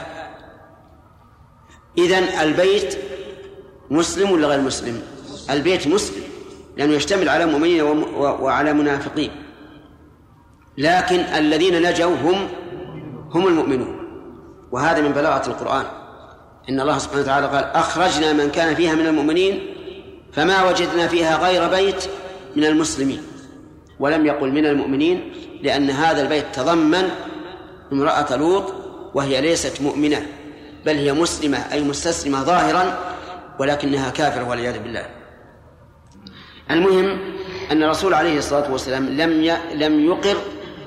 إذن البيت مسلم ولا غير مسلم؟ البيت مسلم لأنه يشتمل على مؤمنين وعلى منافقين، لكن الذين نجوا هم المؤمنون. وهذا من بلاغة القرآن، إن الله سبحانه وتعالى قال أخرجنا من كان فيها من المؤمنين فما وجدنا فيها غير بيت من المسلمين، ولم يقل من المؤمنين، لأن هذا البيت تضمن امرأة لوط وهي ليست مؤمنة بل هي مسلمة أي مستسلمة ظاهرا ولكنها كافرة والعياذ بالله. المهم أن الرسول عليه الصلاة والسلام لم يقر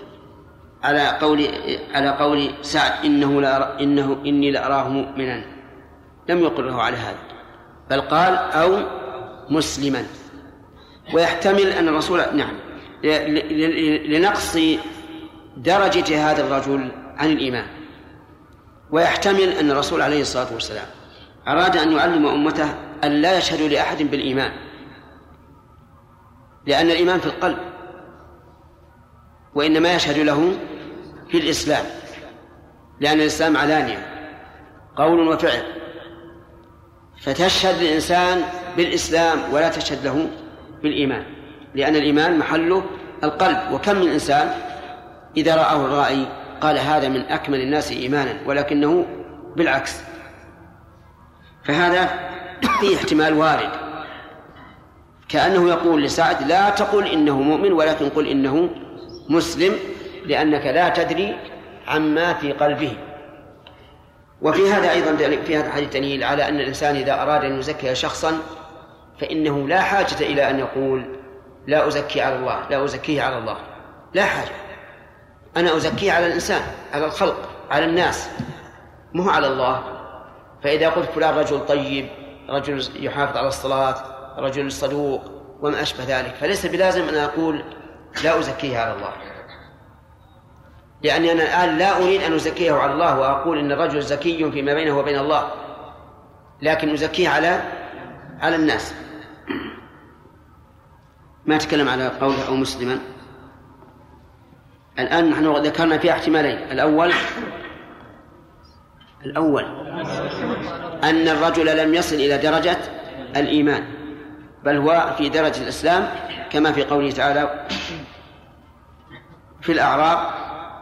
على قول سعد إني لأراه مؤمنا، لم يقره على هذا، بل قال أو مسلما. ويحتمل أن الرسول لنقص درجة هذا الرجل عن الإيمان، ويحتمل أن الرسول عليه الصلاة والسلام أراد أن يعلم أمته أن لا يشهدوا لأحد بالإيمان، لأن الإيمان في القلب، وإنما يشهد له في الإسلام، لأن الإسلام علانية قول وفعل، فتشهد الإنسان بالإسلام ولا تشهد له بالإيمان، لأن الإيمان محله القلب. وكم من إنسان إذا رآه الرائي قال هذا من أكمل الناس إيمانا، ولكنه بالعكس. فهذا فيه احتمال وارد، كأنه يقول لسعد لا تقل إنه مؤمن ولكن قل إنه مسلم، لأنك لا تدري عما في قلبه. وفي هذا أيضا في هذا الحديث دليل على أن الإنسان إذا أراد أن يزكي شخصا فإنه لا حاجة إلى أن يقول لا أزكي على الله، لا أزكيه على الله، لا حاجة، أنا أزكيه على الإنسان، على الخلق، على الناس، مو على الله. فإذا قلت فلان رجل طيب، رجل يحافظ على الصلاة، رجل صدوق وما أشبه ذلك، فليس بلازم أن أقول لا أزكيه على الله، لأني أنا الآن لا أريد أن أزكيه على الله وأقول إن الرجل زكي فيما بينه وبين الله، لكن أزكيه على الناس. ما أتكلم على قوله أو مسلما. الآن نحن ذكرنا فيه احتمالين. الأول أن الرجل لم يصل إلى درجة الإيمان، بل هو في درجة الإسلام، كما في قوله تعالى في الأعراب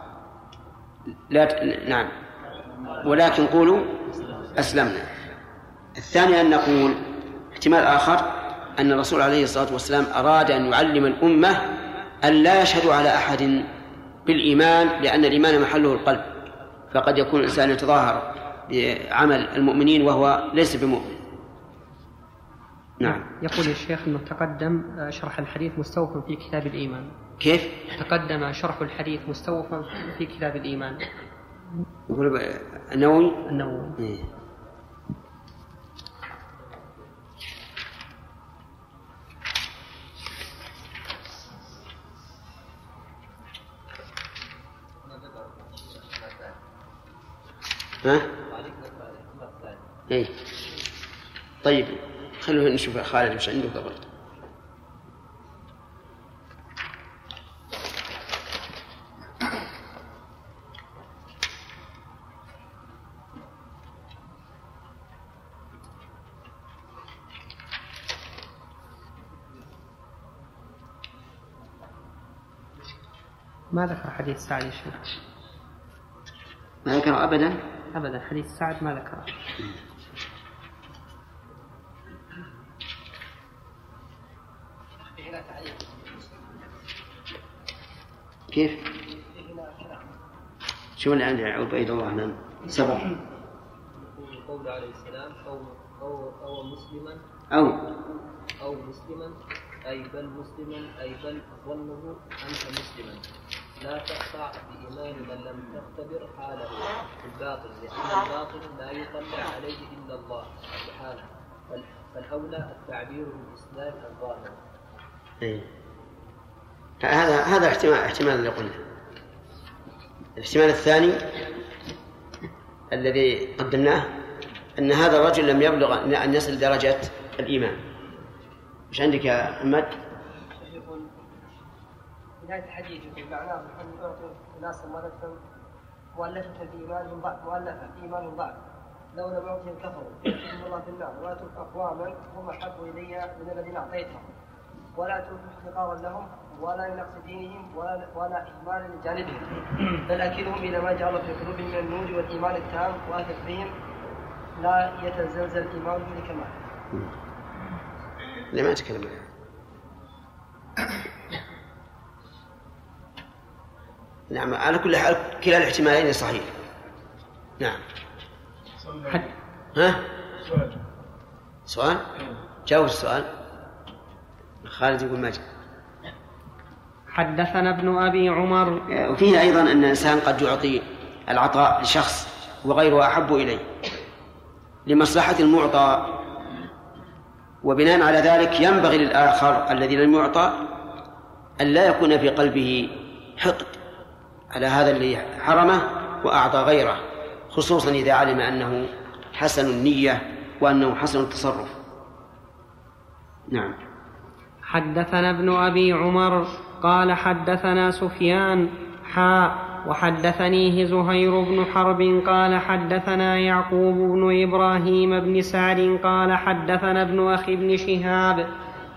نعم ولكن قولوا أسلمنا. الثاني أن نقول احتمال آخر أن الرسول عليه الصلاة والسلام أراد أن يعلم الأمة أن لا يشهدوا على أحد بالإيمان، لأن الإيمان محله القلب، فقد يكون الإنسان يتظاهر بعمل المؤمنين وهو ليس بمؤمن. نعم.
يقول الشيخ أنه تقدم شرح الحديث مستوفا في كتاب الإيمان.
كيف؟
تقدم شرح الحديث مستوفا في كتاب الإيمان.
يقول النووي. ها؟ إيه. طيب خلونا نشوف خالد وش عنده قبل.
ما ذكر حديث سعد يا شيخ؟
ما ذكر
أبدا حديث سعد ما ذكره.
كيف؟ شو اللي عندي عبيد الله نعم سبق.
قول عليه السلام أو مسلما أو مسلما أي بل مسلما أي بل ظنه أنت مسلما، لا تقطع بإيمان من لم تختبر حاله في الباطل، لأن الباطل لا يطلع عليه إلا الله سبحانه، فالأولى التعبير بالإسلام الظاهر.
هذا احتمال اللي قلنا. الاحتمال الثاني الذي قدمناه أن هذا الرجل لم يبلغ أن يصل درجة الإيمان. مش عندك يا محمد؟
بداية الحديث معناه أن يعطي الناس مؤلفة بإيمانهم ضعف، مؤلفة بإيمانهم ضعف، لو لم يعطهم كفروا يحبهم الله في النار، ولا ترك أقواما هم أحب إلي من الذين أعطيتهم، ولا ترك احتقارا لهم ولا لنقص دينهم ولا إهمالا لجانبهم، بل أكلهم إلى ما جعل في قلوبهم من النور والإيمان التام، وأثق بهم لا يتزلزل إيمانهم لكمال.
لما أتكلم عنه. نعم على كل حال كلا الاحتمالين صحيح. نعم. ها؟ سؤال؟ جاوب السؤال. خالد يقول ما جاء.
حدثنا ابن أبي عمر.
وفيه أيضا أن الإنسان قد يعطي العطاء لشخص وغيره أحب إليه لمصلحة المعطى، وبناء على ذلك ينبغي للآخر الذي لم يعطى أن لا يكون في قلبه حقد على هذا اللي حرمه وأعطى غيره، خصوصا إذا علم أنه حسن النية وأنه حسن التصرف. نعم.
حدثنا ابن أبي عمر قال حدثنا سفيان وحدثنيه زهير بن حرب قال حدثنا يعقوب بن إبراهيم بن سعد قال حدثنا ابن أخي بن شهاب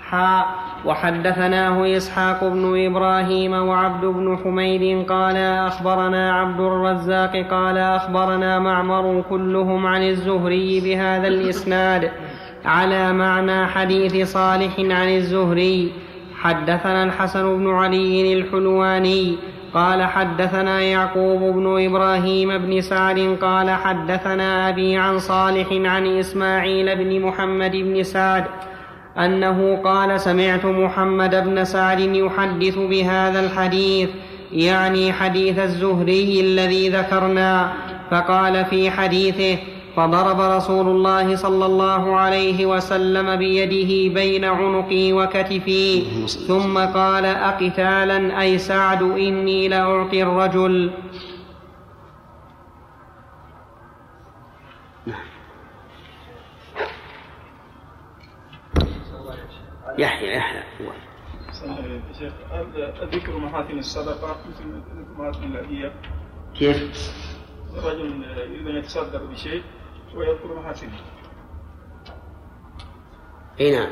وحدثناه إسحاق بن إبراهيم وعبد بن حميد قال أخبرنا عبد الرزاق قال أخبرنا معمر كلهم عن الزهري بهذا الإسناد على معنى حديث صالح عن الزهري. حدثنا الحسن بن علي الحلواني قال حدثنا يعقوب بن إبراهيم بن سعد قال حدثنا أبي عن صالح عن إسماعيل بن محمد بن سعد أنه قال سمعت محمد بن سعد يحدث بهذا الحديث، يعني حديث الزهري الذي ذكرنا، فقال في حديثه فضرب رسول الله صلى الله عليه وسلم بيده بين عنقي وكتفي ثم قال أقتالا أي سعد إني لأعطي الرجل.
يحيى
شيخ ذكر محاسن الصدقة مثل محاسن الهدية.
كيف؟
الرجل إذا يتصدق بشيء ويذكر محاسنه.
نعم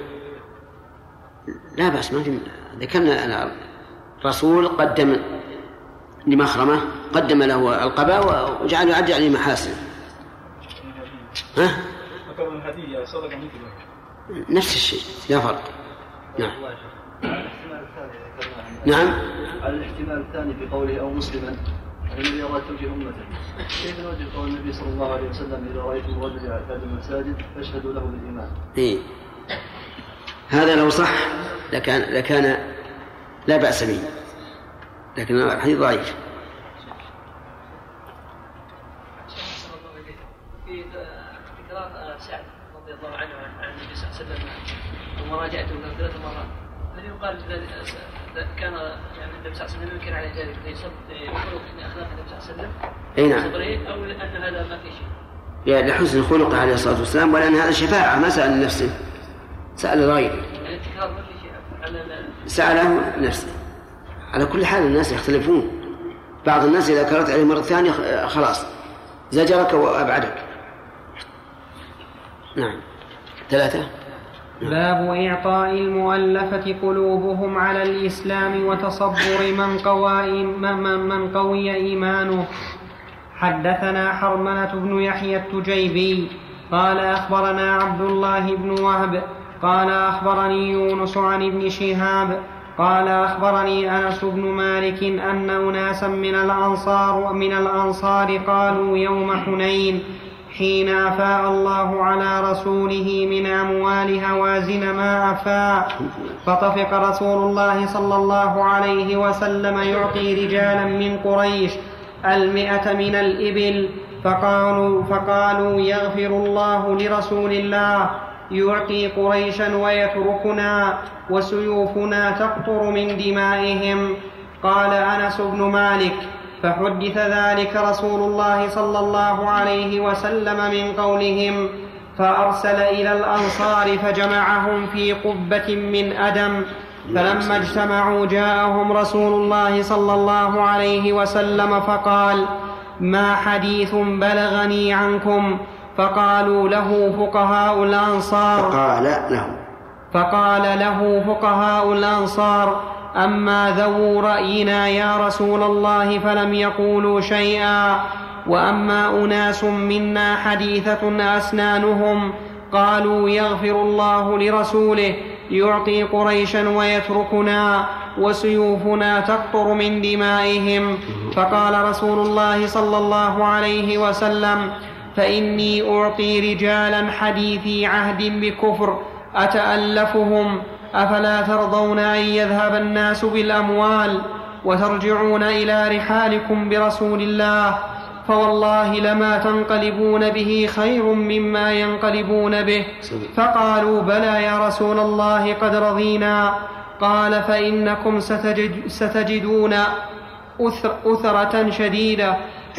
لا بأس، ما في. ذكرنا الرسول قدم لمخرمة قدم له القباء وجعل يعد عليه محاسن. ها؟
ذكر الهدية صدقة مثله.
نفس الشيء لا فرق. نعم. نعم.
على الاحتمال الثاني في قوله أو مسلما الذي أراد توجيه أمته، كيف نوجه قول النبي صلى الله عليه وسلم إذا رأيتم الرجل يعتاد المساجد فاشهدوا له بالإيمان؟
إيه هذا لو صح لكان لا بأس به، لكن الحديث ضعيف.
في قراءة سعد رضي الله عنه عن النبي صلى الله عليه وسلم ومراجعته 3 مرات، هل يقال كان يعني النبي صلى الله عليه وسلم ينكر على ذلك لخلق أخلاق النبي صلى الله عليه وسلم؟
أي نعم.
أو لأن هذا ما في شيء؟
يعني لحسن خلقه عليه الصلاة والسلام، ولأن هذا شفاعة ما سأل نفسه، سأل غيره.
يعني التكرار ما في شيء
سأله نفسه. على كل حال الناس يختلفون، بعض الناس إذا كررت عليه مرة ثانية خلاص زجرك وأبعدك. نعم. 3.
باب إعطاء المؤلفة قلوبهم على الإسلام وتصبر من قوي إيمانه. حدثنا حرملة بن يحيى التجيبي قال أخبرنا عبد الله بن وهب قال أخبرني يونس عن ابن شهاب قال أخبرني أنس بن مالك أن أناسا من الأنصار قالوا يوم حنين حين أفاء الله على رسوله من أموال هوازن ما أفاء، فطفق رسول الله صلى الله عليه وسلم يعطي رجالا من قريش 100 من الإبل، فقالوا يغفر الله لرسول الله، يعطي قريشا ويتركنا وسيوفنا تقطر من دمائهم. قال أنس بن مالك فحدث ذلك رسول الله صلى الله عليه وسلم من قولهم، فأرسل إلى الأنصار فجمعهم في قبة من أدم، فلما اجتمعوا جاءهم رسول الله صلى الله عليه وسلم فقال ما حديث بلغني عنكم؟ فقال له فقال له فقهاء أما ذو رأينا يا رسول الله فلم يقولوا شيئا، وأما أناس منا حديثة أسنانهم قالوا يغفر الله لرسوله، يعطي قريشا ويتركنا وسيوفنا تقطر من دمائهم. فقال رسول الله صلى الله عليه وسلم فإني أعطي رجالا حديثي عهد بكفر أتألفهم، أفلا ترضون أن يذهب الناس بالأموال وترجعون إلى رحالكم برسول الله؟ فوالله لما تنقلبون به خير مما ينقلبون به. فقالوا بلى يا رسول الله قد رضينا. قال فإنكم ستجدون أثرة شديدة.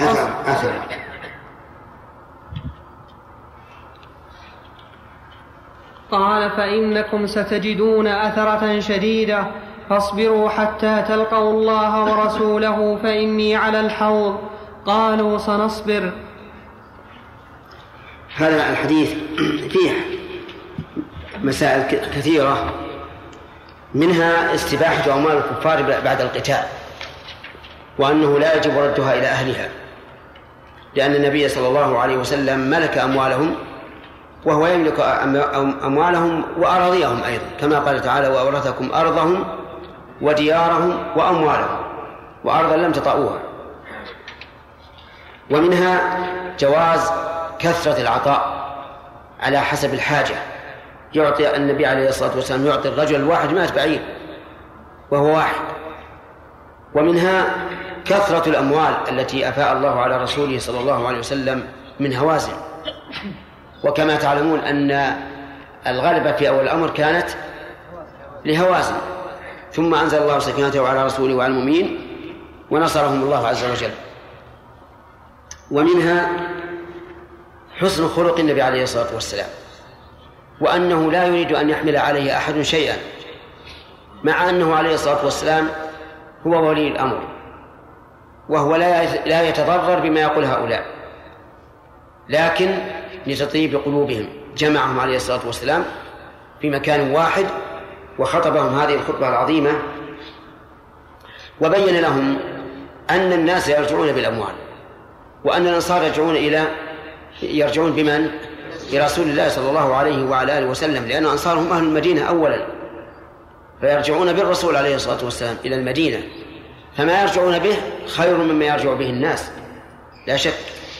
قال فإنكم ستجدون أثرة شديدة فاصبروا حتى تلقوا الله ورسوله فإني على الحوض. قالوا سنصبر.
هذا الحديث فيه مسائل كثيرة، منها استباحة أموال الكفار بعد القتال، وأنه لا يجب ردها إلى أهلها، لأن النبي صلى الله عليه وسلم ملك أموالهم وهو يملك أموالهم وأراضيهم أيضا، كما قال تعالى وأورثكم أرضهم وديارهم وأموالهم، وأرضا لم تطئوها. ومنها جواز كثرة العطاء على حسب الحاجة. يعطي النبي عليه الصلاة والسلام يعطي الرجل الواحد 100 بعير وهو واحد. ومنها كثرة الأموال التي أفاء الله على رسوله صلى الله عليه وسلم من هوازن، وكما تعلمون أن الغلبة في أول الأمر كانت لهوازن، ثم أنزل الله سكينته على رسوله وعلى المؤمنين ونصرهم الله عز وجل. ومنها حسن خلق النبي عليه الصلاة والسلام، وأنه لا يريد أن يحمل عليه أحد شيئا، مع أنه عليه الصلاة والسلام هو ولي الأمر، وهو لا يتضرر بما يقول هؤلاء، لكن لتطيب قلوبهم جمعهم عليه الصلاة والسلام في مكان واحد وخطبهم هذه الخطبة العظيمة، وبين لهم أن الناس يرجعون بالأموال، وأن الأنصار يرجعون بمن؟ برسول الله صلى الله عليه وعلى آله وسلم، لأن الأنصار هم أهل المدينة أولا، فيرجعون بالرسول عليه الصلاة والسلام إلى المدينة، فما يرجعون به خير مما يرجع به الناس لا شك.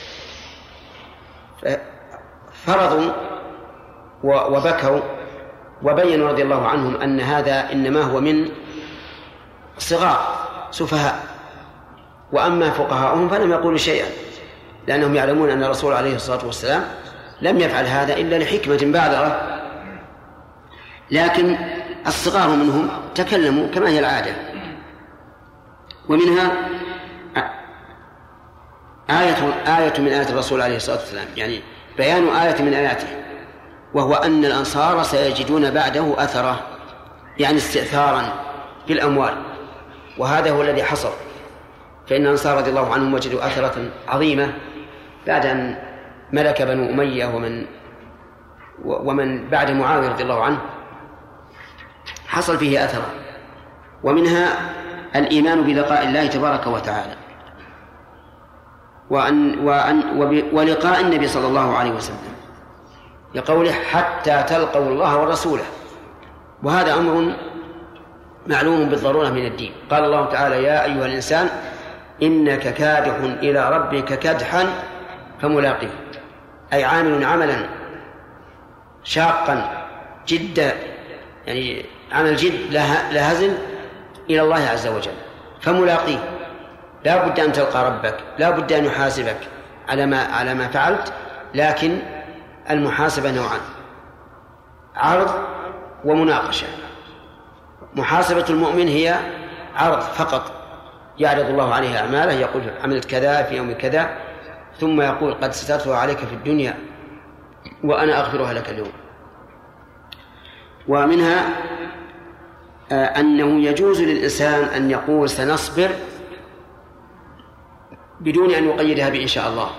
فرضوا وبكوا وبينوا رضي الله عنهم أن هذا إنما هو من صغار سفهاء، وأما فقهاؤهم فلم يقولوا شيئا، لأنهم يعلمون أن الرسول عليه الصلاة والسلام لم يفعل هذا إلا لحكمة بالغة، لكن الصغار منهم تكلموا كما هي العادة. ومنها آية من آيات الرسول عليه الصلاة والسلام، يعني بيان آية من آياته، وهو أن الأنصار سيجدون بعده أثرة، يعني استئثارا في الأموال، وهذا هو الذي حصل. فإن الأنصار رضي الله عنهم وجدوا أثرة عظيمة بعد أن ملك بنو أمية ومن بعد معاوية رضي الله عنه حصل فيه أثرة. ومنها الإيمان بلقاء الله تبارك وتعالى، ولقاء النبي صلى الله عليه وسلم، لقوله حتى تلقوا الله ورسوله، وهذا أمر معلوم بالضرورة من الدين. قال الله تعالى يا أيها الإنسان إنك كادح إلى ربك كدحا فملاقيه، أي عامل عملا شاقا جدا، يعني عمل جد لا هزل إلى الله عز وجل، فملاقيه، لا بد أن تلقى ربك، لا بد أن يحاسبك على ما فعلت، لكن المحاسبة نوعان: عرض ومناقشة. محاسبة المؤمن هي عرض فقط، يعرض الله عليه أعماله، يقول عملت كذا في يوم كذا، ثم يقول قد سترتها عليك في الدنيا وأنا أغفرها لك اليوم. ومنها أنه يجوز للإنسان أن يقول سنصبر بدون أن يقيدها بإن شاء الله.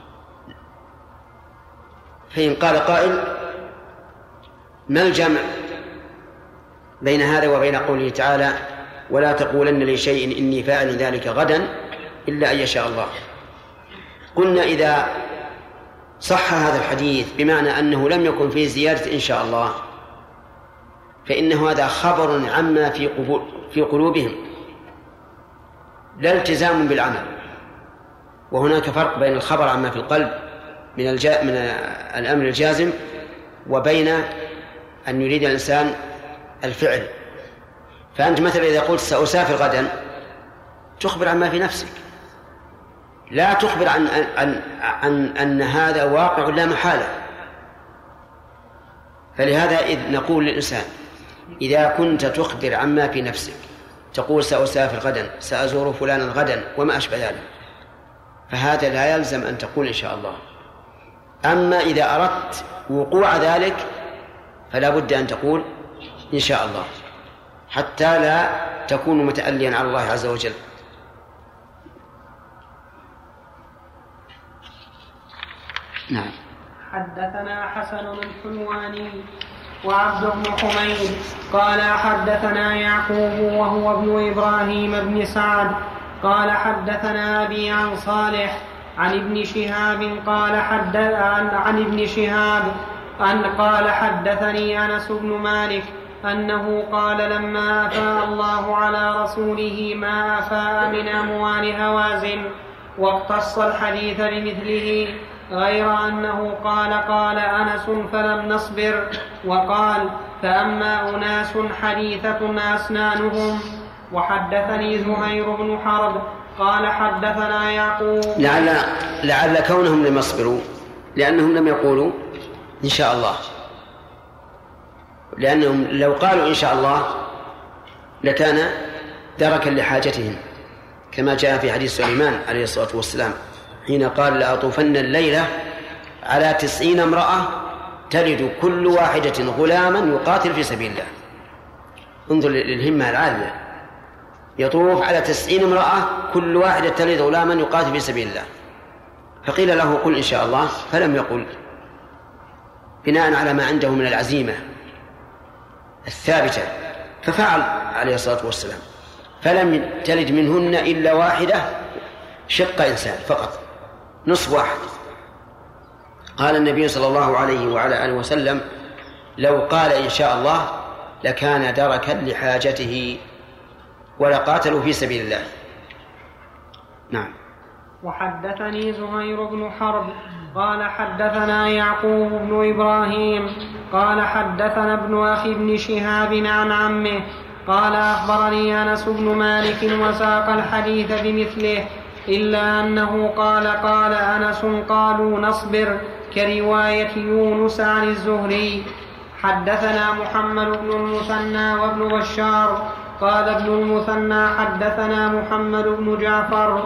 فإن قال قائل ما الجمع بين هذا وبين قوله تعالى ولا تقولن لشيء إني فاعل ذلك غدا إلا أن يشاء الله؟ قلنا إذا صح هذا الحديث بمعنى أنه لم يكن فيه زيادة إن شاء الله، فإنه هذا خبر عما في قلوبهم، لا التزام بالعمل. وهناك فرق بين الخبر عما في القلب من الأمر الجازم، وبين أن يريد الإنسان الفعل. فأنت مثلا إذا قلت سأسافر غدا تخبر عما في نفسك، لا تخبر عن أن هذا واقع لا محالة. فلهذا إذ نقول للإنسان إذا كنت تخبر عما في نفسك، تقول سأسافر غدا، سأزور فلانا غدا وما أشبه ذلك، فهذا لا يلزم أن تقول إن شاء الله. أما إذا أردت وقوع ذلك فلا بد أن تقول إن شاء الله، حتى لا تكون متأليا على الله عز وجل. نعم.
حدثنا حسن الحلواني وعبد بن حميد قال حدثنا يعقوب وهو ابن إبراهيم بن سعد قال حدثنا أبي عن صالح عن ابن شهاب قال حدثني أنس بن مالك أنه قال لما أفاء الله على رسوله ما أفاء من أموال هوازن، واقتص الحديث بمثله، غير أنه قال أنس فلم نصبر، وقال فأما أناس حديثة أسنانهم. وحدثني زهير بن حرب قال حدثنا يعقوب.
لعل كونهم لم يصبروا لأنهم لم يقولوا إن شاء الله، لأنهم لو قالوا إن شاء الله لكان دركا لحاجتهم، كما جاء في حديث سليمان عليه الصلاة والسلام حين قال لأطوفن الليلة على 90 امرأة تلد كل واحدة غلاما يقاتل في سبيل الله. انظر للهمة العالية، يطوف على 90 امرأة كل واحدة تلد غلاما يقاتل في سبيل الله. فقيل له قل إن شاء الله، فلم يقل بناء على ما عنده من العزيمة الثابتة، ففعل عليه الصلاة والسلام، فلم تلد منهن إلا واحدة شق إنسان فقط، نصف واحد. قال النبي صلى الله عليه وعلى آله وسلم لو قال إن شاء الله لكان دركا لحاجته ولقاتلوا في سبيل الله. نعم.
وحدثني زهير بن حرب قال حدثنا يعقوب بن إبراهيم قال حدثنا ابن أخي بن شهاب عن عمه قال أخبرني أنس بن مالك وساق الحديث بمثله، إلا أنه قال أنس قالوا نصبر، كرواية يونس عن الزهري. حدثنا محمد بن المثنى وابن بشار قال ابن المثنى حدثنا محمد بن جعفر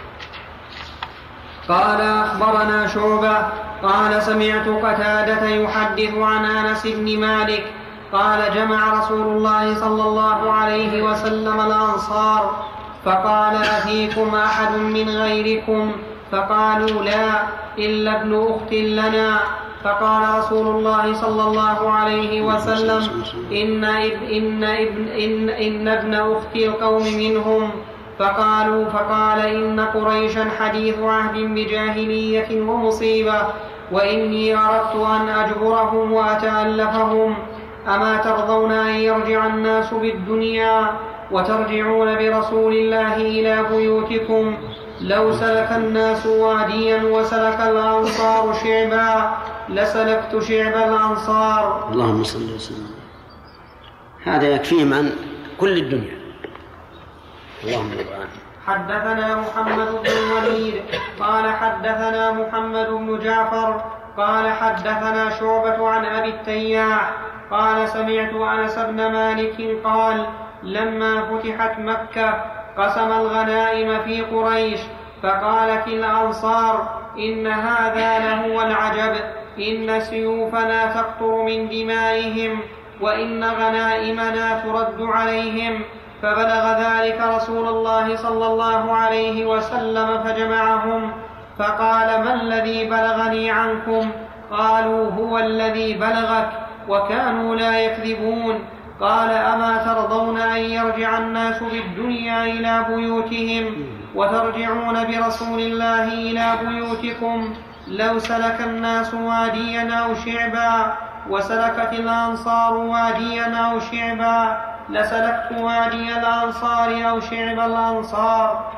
قال أخبرنا شعبة قال سمعت قتادة يحدث عن أنس بن مالك قال جمع رسول الله صلى الله عليه وسلم الأنصار فقال أفيكم أحد من غيركم؟ فقالوا لا إلا ابن أخت لنا. فقال رسول الله صلى الله عليه وسلم إن ابن أخت القوم منهم. فقال إن قريشا حديث عهد بجاهلية ومصيبة، وإني أردت أن أجبرهم وأتألفهم. أما ترضون أن يرجع الناس بالدنيا وترجعون برسول الله إلى بيوتكم؟ لو سلك الناس واديا وسلك الأنصار شعبا لسلكت شعب الأنصار.
اللهم صل وسلم. هذا يكفيهم عن كل الدنيا. اللهم بارك.
حدثنا محمد بن الوليد قال حدثنا محمد بن جعفر قال حدثنا شعبة عن أبي التياح قال سمعت أنس بن مالك قال لما فتحت مكة قسم الغنائم في قريش، فقالت الأنصار إن هذا لهو العجب، إن سيوفنا تقطر من دمائهم وإن غنائمنا ترد عليهم. فبلغ ذلك رسول الله صلى الله عليه وسلم فجمعهم فقال ما الذي بلغني عنكم؟ قالوا هو الذي بلغك، وكانوا لا يكذبون. قال أما ترضون أن يرجع الناس بالدنيا إلى بيوتهم وترجعون برسول الله إلى بيوتكم؟ لو سلك الناس واديا أو شعبا وسلكت الأنصار واديا أو شعبا لسلكت وادي الأنصار أو شعب الأنصار.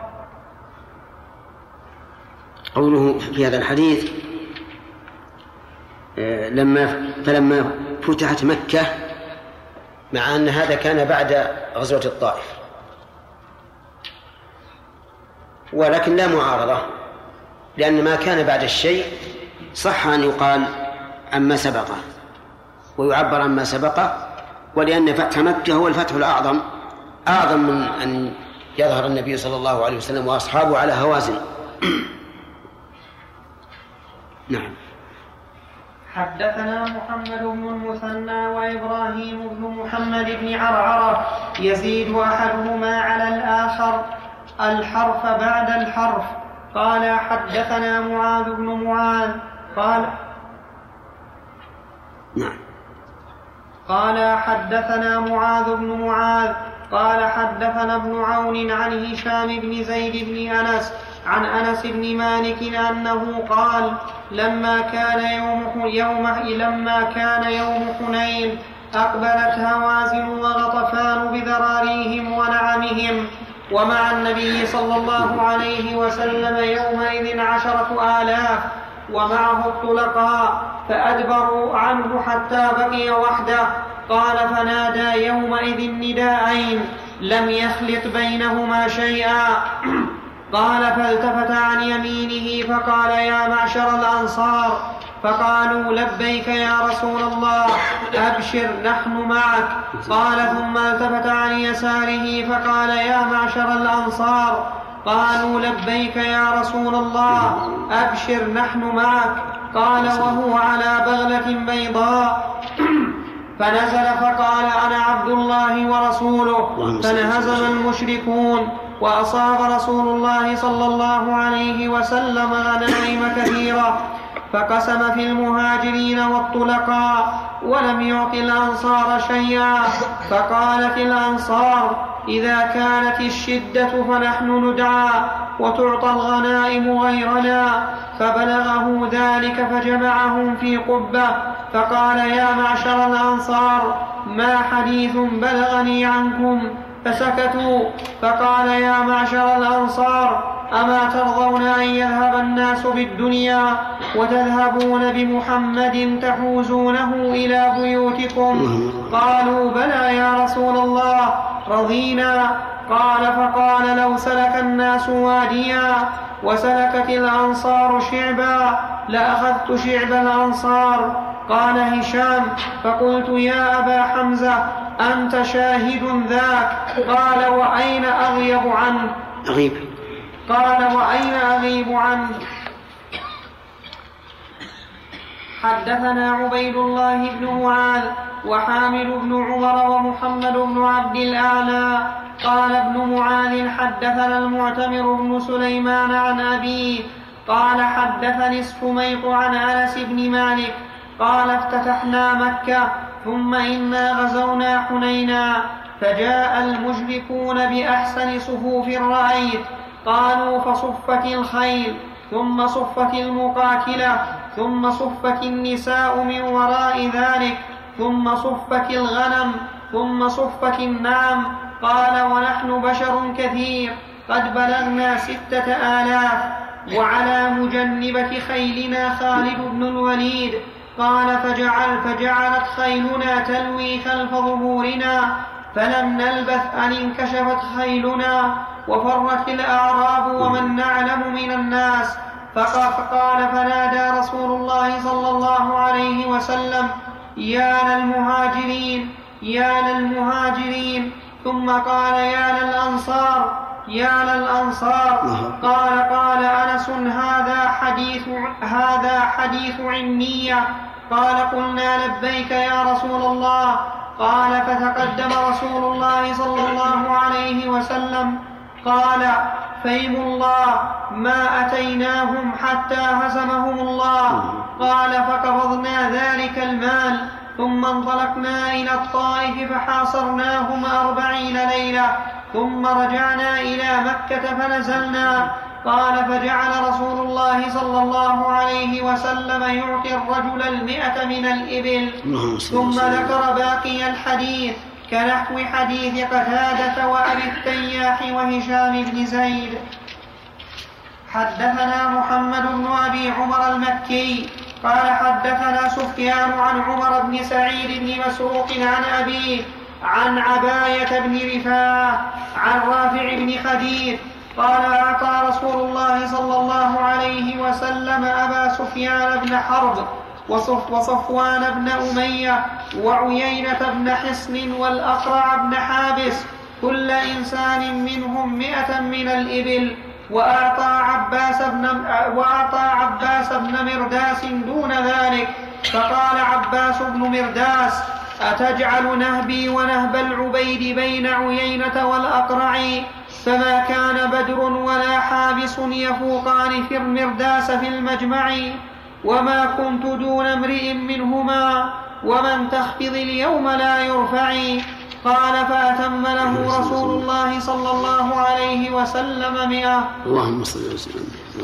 قوله في هذا الحديث فلما فتحت مكة مع أن هذا كان بعد غزوة الطائف، ولكن لا معارضة، لأن ما كان بعد الشيء صح أن يقال عما سبقه ويعبر عما سبقه، ولأن فتح مكة هو الفتح الأعظم، أعظم من أن يظهر النبي صلى الله عليه وسلم وأصحابه على هوازن. نعم.
حدثنا محمد بن المثنى وإبراهيم بن محمد بن عرعرة يزيد أحدهما على الآخر الحرف بعد الحرف. قال حدثنا معاذ بن معاذ قال حدثنا معاذ بن معاذ قال حدثنا ابن عون عن هشام بن زيد بن أنس عن أنس بن مالك أنه قال لما كان يوم حنين أقبلت هوازن وغطفان بذراريهم ونعمهم، ومع النبي صلى الله عليه وسلم يومئذ 10,000 ومعه الطلقاء، فأدبروا عنه حتى بقي وحده. قال فنادى يومئذ نداءين لم يخلط بينهما شيئا. قال فالتفت عن يمينه فقال يا معشر الأنصار، فقالوا لبيك يا رسول الله أبشر نحن معك. قال ثم التفت عن يساره فقال يا معشر الأنصار، قالوا لبيك يا رسول الله أبشر نحن معك. قال وهو على بغلة بيضاء فنزل فقال أنا عبد الله ورسوله، فانهزم المشركون وأصاب رسول الله صلى الله عليه وسلم غنائم كثيرة، فقسم في المهاجرين والطلقاء ولم يعط الأنصار شيئا. فقالت الأنصار إذا كانت الشدة فنحن ندعى وتعطى الغنائم غيرنا. فبلغه ذلك فجمعهم في قبة فقال يا معشر الأنصار ما حديث بلغني عنكم؟ فسكتوا. فقال يا معشر الأنصار أما ترضون أن يذهب الناس بالدنيا وتذهبون بمحمد تحوزونه إلى بيوتكم؟ قالوا بلى يا رسول الله رضينا. قال فقال لو سلك الناس واديا وسلكت الأنصار شعبا لأخذت شعب الأنصار. قال هشام فقلت يا أبا حمزة أنت شاهد ذاك؟ قال وأين أغيب عنه؟ قال وأين أغيب عنه؟ حدثنا عبيد الله بن معاذ وحامد بن عمر ومحمد بن عبد الأعلى. قال ابن معاذ حدثنا المعتمر بن سليمان عن أبيه قال حدثني السميط عن أنس بن مالك قال افتتحنا مكة ثم إنا غزونا حنينا فجاء المشركون بأحسن صفوف رأيت. قالوا فصفت الخيل ثم صفت المقاتلة ثم صفت النساء من وراء ذلك ثم صفت الغنم ثم صفت النعم. قال ونحن بشر كثير قد بلغنا 6,000 وعلى مجنبة خيلنا خالد بن الوليد. قال فجعلت خيلنا تلوي خلف ظهورنا فلم نلبث أن انكشفت خيلنا وفرت الأعراب ومن نعلم من الناس. فقال فنادى رسول الله صلى الله عليه وسلم يا للمهاجرين يا للمهاجرين، ثم قال يا للأنصار يا للأنصار. قال أنس هذا حديث عنية. قال قلنا لبيك يا رسول الله. قال فتقدم رسول الله صلى الله عليه وسلم قال فيم الله ما أتيناهم حتى هزمهم الله. قال فقبضنا ذلك المال ثم انطلقنا إلى الطائف فحاصرناهم 40 ليلة ثم رجعنا إلى مكة فنزلنا. قال فجعل رسول الله صلى الله عليه وسلم يعطي الرجل 100 من الإبل. ثم ذكر باقي الحديث كنحو حديث قتادة وأبي التياح وهشام بن زيد. حدثنا محمد بن أبي عمر المكي قال حدثنا سفيان عن عمر بن سعيد بن مسروق عن أبيه عن عباية بن رفاعة عن رافع بن خديج قال أعطى رسول الله صلى الله عليه وسلم أبا سفيان بن حرب وصفوان بن أمية وعيينة بن حصن والأقرع بن حابس كل إنسان منهم 100 من الإبل، وأعطى عباس بن مرداس دون ذلك. فقال عباس بن مرداس: أتجعل نهبي ونهب العبيد بين عيينة والأقرع؟ فما كان بدر ولا حابس يفوقان في المرداس في المجمع، وما كنت دون امرئ منهما، ومن تخفض اليوم لا يرفع. قال: فأتم له رسول الله صلى الله عليه وسلم 100.
اللهم صل وسلم.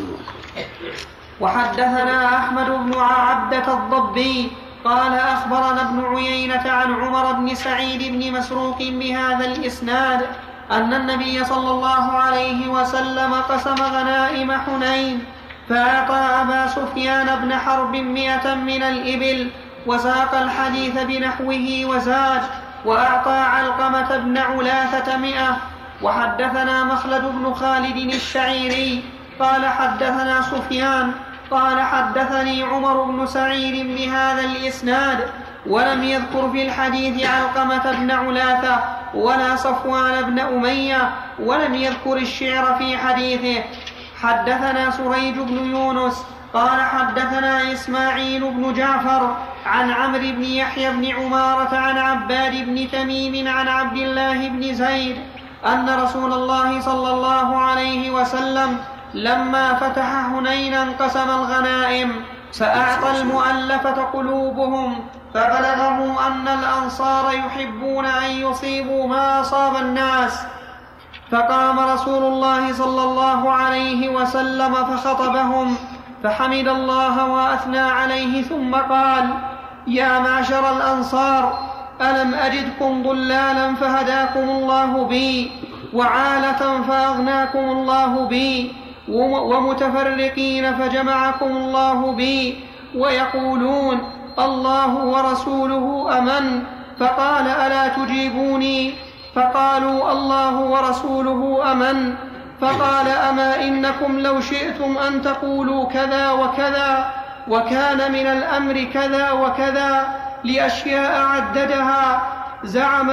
وحدثنا أحمد بن عبدة الضبي قال أخبرنا ابن عيينة عن عمر بن سعيد بن مسروق بهذا الإسناد أن النبي صلى الله عليه وسلم قسم غنائم حنين، فأعطى أبا سفيان بن حرب 100 من الإبل، وساق الحديث بنحوه وزاد، وأعطى علقمة بن علاثة 100. وحدثنا مخلد بن خالد الشعيري قال حدثنا سفيان قال حدثني عمر بن سعيد بهذا الإسناد، ولم يذكر في الحديث علقمة بن علاثة ولا صفوان بن أمية، ولم يذكر الشعر في حديثه. حدثنا سريج بن يونس قال حدثنا إسماعيل بن جعفر عن عمرو بن يحيى بن عمارة عن عباد بن تميم عن عبد الله بن زيد أن رسول الله صلى الله عليه وسلم لما فتح حنينا قسم الغنائم، فأعطى المؤلفة قلوبهم، فبلغه أن الأنصار يحبون أن يصيبوا ما أصاب الناس. فقام رسول الله صلى الله عليه وسلم فخطبهم، فحمد الله وأثنى عليه، ثم قال: يا معشر الأنصار، ألم أجدكم ضلالا فهداكم الله بي، وعالة فأغناكم الله بي، ومتفرقين فجمعكم الله بي، ويقولون الله ورسوله أمن. فقال: ألا تجيبوني؟ فقالوا: الله ورسوله أمن. فقال: أما إنكم لو شئتم أن تقولوا كذا وكذا، وكان من الأمر كذا وكذا، لأشياء عددها، زعم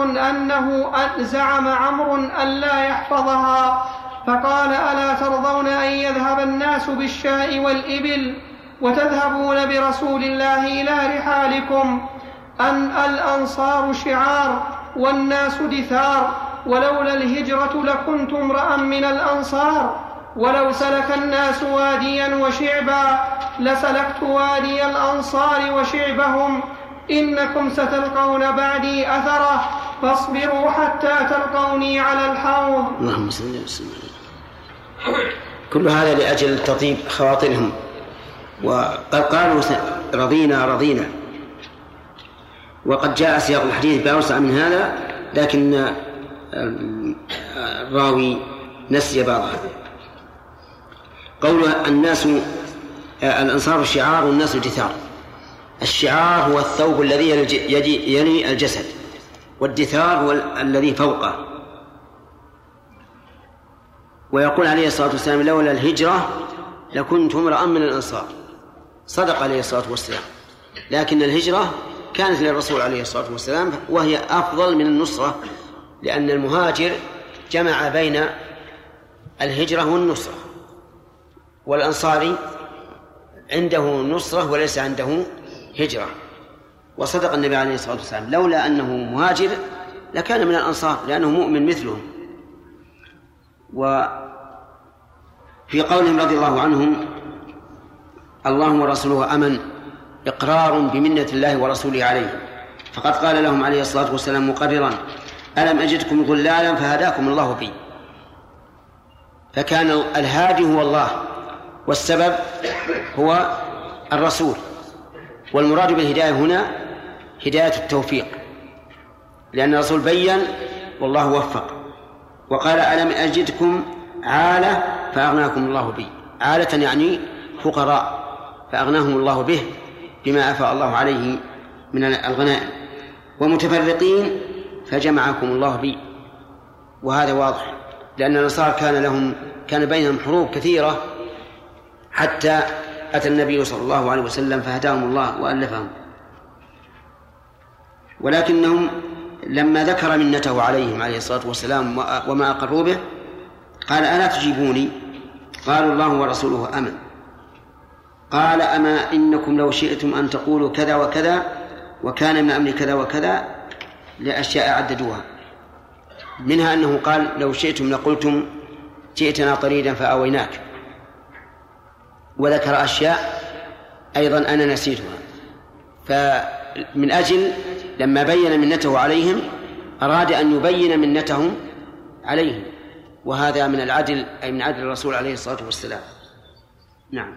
عمرو أن لا يحفظها. فقال: ألا ترضون أن يذهب الناس بالشاء والإبل وتذهبون برسول الله إلى رحالكم؟ أن الأنصار شعار والناس دثار، ولولا الهجرة لكنت امرأ من الأنصار، ولو سلك الناس واديا وشعبا لسلكت وادي الأنصار وشعبهم. إنكم ستلقون بعدي أثرة، فاصبروا حتى تلقوني على الحوض.
اللهم صل وسلم. كل هذا لأجل تطيب خواطرهم، وقد قالوا رضينا، وقد جاء سياق الحديث بأوسع من هذا، لكن الراوي نسي بعضها. قول الأنصار الشعار والناس الدثار. الشعار هو الثوب الذي يلي الجسد، والدثار هو الذي فوقه. ويقول عليه الصلاة والسلام: لولا الهجرة لكنت امرأ من الأنصار. صدق عليه الصلاة والسلام، لكن الهجرة كانت للرسول عليه الصلاة والسلام، وهي أفضل من النصرة، لأن المهاجر جمع بين الهجرة والنصرة، والأنصاري عنده نصرة وليس عنده هجرة. وصدق النبي عليه الصلاة والسلام: لولا أنه مهاجر لكان من الأنصار، لأنه مؤمن مثلهم. وفي قولهم رضي الله عنهم الله ورسوله أمن، إقرار بمنة الله ورسوله عليه، فقد قال لهم عليه الصلاة والسلام مقررا: ألم أجدكم ضلالا فهداكم الله بي. فكان الهادي هو الله، والسبب هو الرسول، والمراد بالهداية هنا هداية التوفيق، لأن الرسول بيّن والله وفق. وقال: ألم أجدكم عالة فأغناكم الله بي. عالة يعني فقراء، فأغناهم الله به بما أفاء الله عليه من الغنائم. ومتفرقين فجمعكم الله بي. وهذا واضح، لأن النصارى كان بينهم حروب كثيرة حتى أتى النبي صلى الله عليه وسلم فهداهم الله وألفهم. ولكنهم لما ذكر منته عليهم عليه الصلاة والسلام وما أقروا به قال: ألا تجيبوني؟ قالوا: الله ورسوله أمن. قال: أما إنكم لو شئتم أن تقولوا كذا وكذا وكان من أمر كذا وكذا لأشياء عددوها، منها أنه قال: لو شئتم لقلتم جئتنا طريدا فآويناك، وذكر أشياء أيضا أنا نسيتها. فمن أجل لما بين منته عليهم أراد أن يبين منتهم عليهم، وهذا من العدل، أي من عدل الرسول عليه الصلاة والسلام. نعم.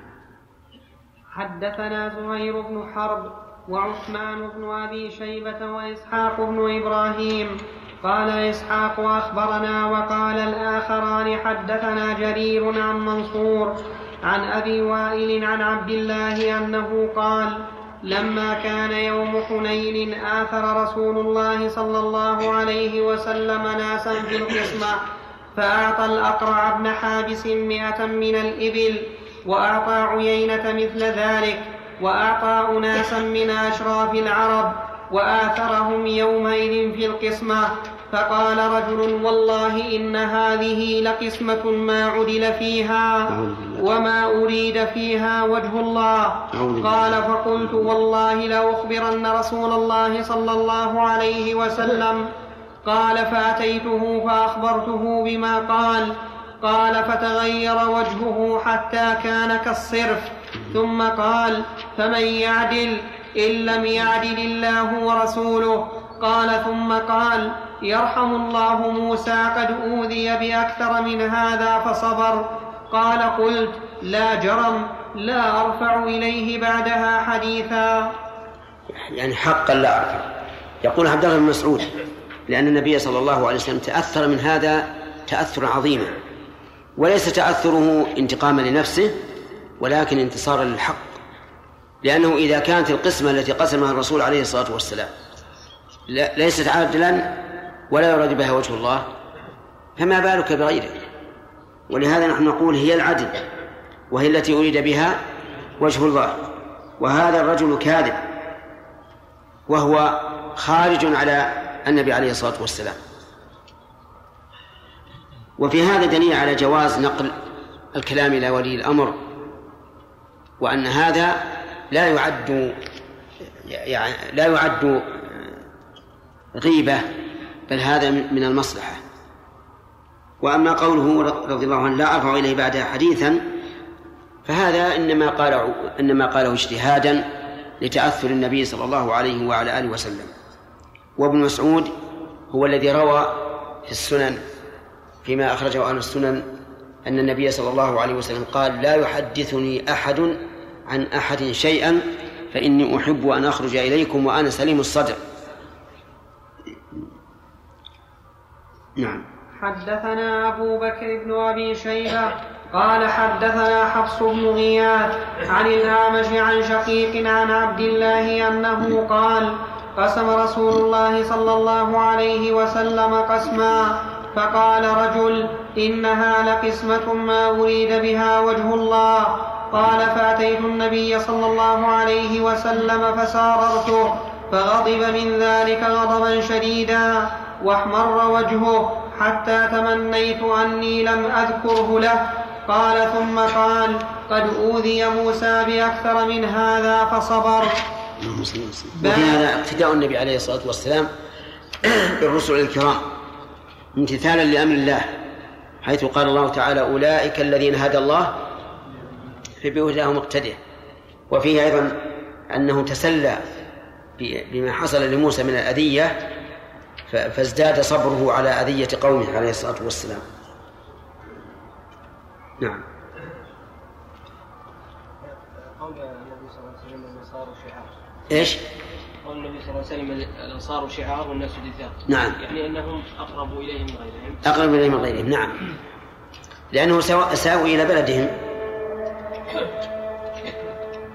حدثنا زهير بن حرب وعثمان بن أبي شيبة وإسحاق بن إبراهيم. قال إسحاق: أخبرنا. وقال الآخران: حدثنا جرير عن منصور عن أبي وائل عن عبد الله أنه قال: لما كان يوم حنين آثر رسول الله صلى الله عليه وسلم ناسا في القسمة، فأعطى الأقرع بن حابس 100 من الإبل، وأعطى عيينة مثل ذلك، وأعطى أناسا من أشراف العرب، وآثرهم يومئذ في القسمة. فقال رجل: والله إن هذه لقسمة ما عدل فيها وما أريد فيها وجه الله. قال: فقلت: والله لأخبرن رسول الله صلى الله عليه وسلم. قال: فأتيته فأخبرته بما قال. قال: فتغير وجهه حتى كان كالصرف، ثم قال: فمن يعدل إن لم يعدل الله ورسوله؟ قال: ثم قال: يرحم الله موسى قد أوذي بأكثر من هذا فصبر. قال: قلت: لا جرم، لا أرفع إليه بعدها حديثا.
يعني حقا لا أرفع. يقول عبد الله بن مسعود: لأن النبي صلى الله عليه وسلم تأثر من هذا تأثر عظيما، وليس تأثره انتقاما لنفسه ولكن انتصارا للحق، لأنه إذا كانت القسمة التي قسمها الرسول عليه الصلاة والسلام ليست عادلا ولا يراد بها وجه الله، فما بالك بغيره؟ ولهذا نحن نقول هي العدل، وهي التي أريد بها وجه الله. وهذا الرجل كاذب وهو خارج على النبي عليه الصلاة والسلام. وفي هذا دليل على جواز نقل الكلام إلى ولي الأمر، وأن هذا لا يعد غيبة، بل هذا من المصلحة. وأما قوله رضي الله عنه: لا أرفع إليه بعدها حديثا، فهذا إنما قاله اجتهادا لتأثر النبي صلى الله عليه وعلى آله وسلم. وابن مسعود هو الذي روى في السنن فيما أخرجه أهل السنن أن النبي صلى الله عليه وسلم قال: لا يحدثني أحد عن أحد شيئا فإني أحب أن أخرج إليكم وأنا سليم الصدر. نعم.
حدثنا أبو بكر بن أبي شيبة قال: حدثنا حفص بن غياث عن الأعمش عن شقيق عن عبد الله أنه قال: قسم رسول الله صلى الله عليه وسلم قسما، فقال رجل: إنها لقسمة ما أريد بها وجه الله. قال: فأتيت النبي صلى الله عليه وسلم فساررته، فغضب من ذلك غضبا شديدا واحمر وجهه حتى تمنيت أني لم أذكره له. قال: ثم قال: قد أوذي موسى بأكثر من هذا فصبر.
وفي هذا اقتداء النبي عليه الصلاة والسلام بالرسل الكرام امتثالا لأمر الله، حيث قال الله تعالى: أولئك الذين هدى الله فبهداهم اقتدع. وفيه أيضا أنه تسلى بما حصل لموسى من الأذية فازداد صبره على أذية قومه عليه الصلاة والسلام. نعم.
قول النبي صلى الله عليه وسلم الأنصار شعار.
إيش؟
قول النبي صلى الله عليه وسلم الأنصار شعار والناس جثث.
نعم.
يعني أنهم أقرب إليهم من غيرهم.
أقرب إليهم من غيرهم، نعم، لأنه ساووا إلى بلدهم.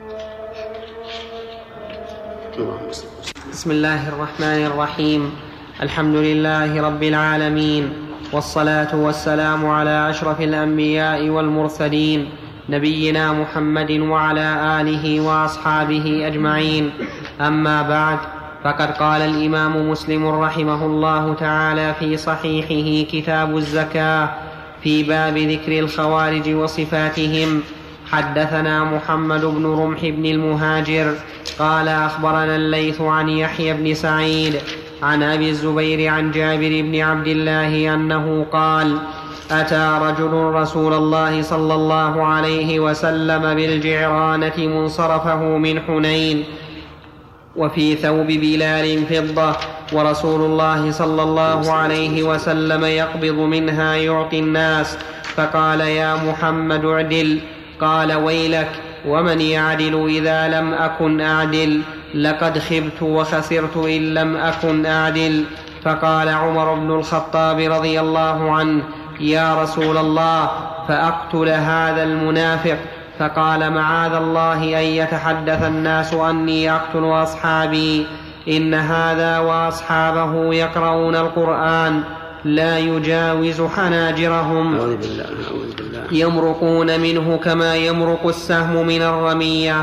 بسم الله الرحمن الرحيم. الحمد لله رب العالمين، والصلاة والسلام على أشرف الأنبياء والمرسلين نبينا محمد وعلى آله وأصحابه أجمعين. أما بعد، فقد قال الإمام مسلم رحمه الله تعالى في صحيحه كتاب الزكاة في باب ذكر الخوارج وصفاتهم: حدثنا محمد بن رمح بن المهاجر قال أخبرنا الليث عن يحيى بن سعيد عن أبي الزبير عن جابر بن عبد الله أنه قال: أتى رجل رسول الله صلى الله عليه وسلم بالجعرانة منصرفه من حنين، وفي ثوب بلال فضة، ورسول الله صلى الله عليه وسلم يقبض منها يعطي الناس، فقال: يا محمد اعدل. قال: ويلك، ومن يعدل إذا لم أكن أعدل؟ لقد خبت وخسرت إن لم أكن أعدل. فقال عمر بن الخطاب رضي الله عنه: يا رسول الله، فأقتل هذا المنافق؟ فقال: معاذ الله أن يتحدث الناس أني أقتل أصحابي، إن هذا وأصحابه يقرؤون القرآن لا يجاوز حناجرهم يمرقون منه كما يمرق السهم من الرمية.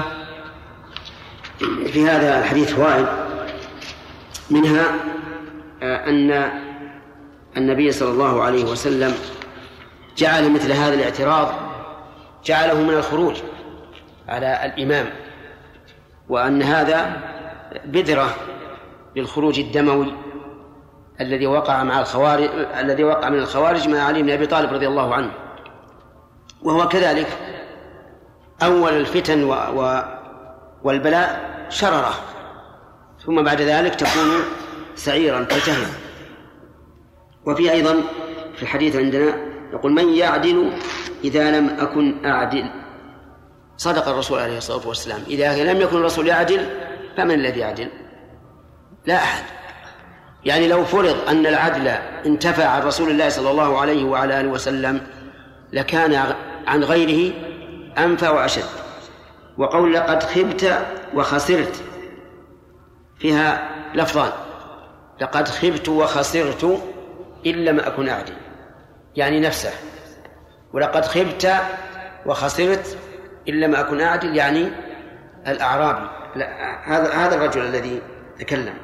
في هذا الحديث فوائد، منها أن النبي صلى الله عليه وسلم جعل مثل هذا الاعتراض جعله من الخروج على الإمام، وأن هذا بدرة للخروج الدموي الذي وقع من الخوارج مع علي بن أبي طالب رضي الله عنه. وهو كذلك أول الفتن والبلاء شرره، ثم بعد ذلك تكون سعيرا فتهلا. وفي أيضا في الحديث عندنا يقول: من يعدل إذا لم أكن أعدل؟ صدق الرسول عليه الصلاة والسلام، إذا لم يكن الرسول يعدل فمن الذي يعدل؟ لا أحد. يعني لو فرض أن العدل انتفع عن رسول الله صلى الله عليه وعلى آله وسلم لكان عن غيره أنفع وأشد. وقول لقد خبت وخسرت فيها لفظان: لقد خبت وخسرت إن لم أكن أعدل، يعني نفسه، ولقد خبت وخسرت إن لم أكن أعدل يعني الأعرابي، هذا الرجل الذي تكلم.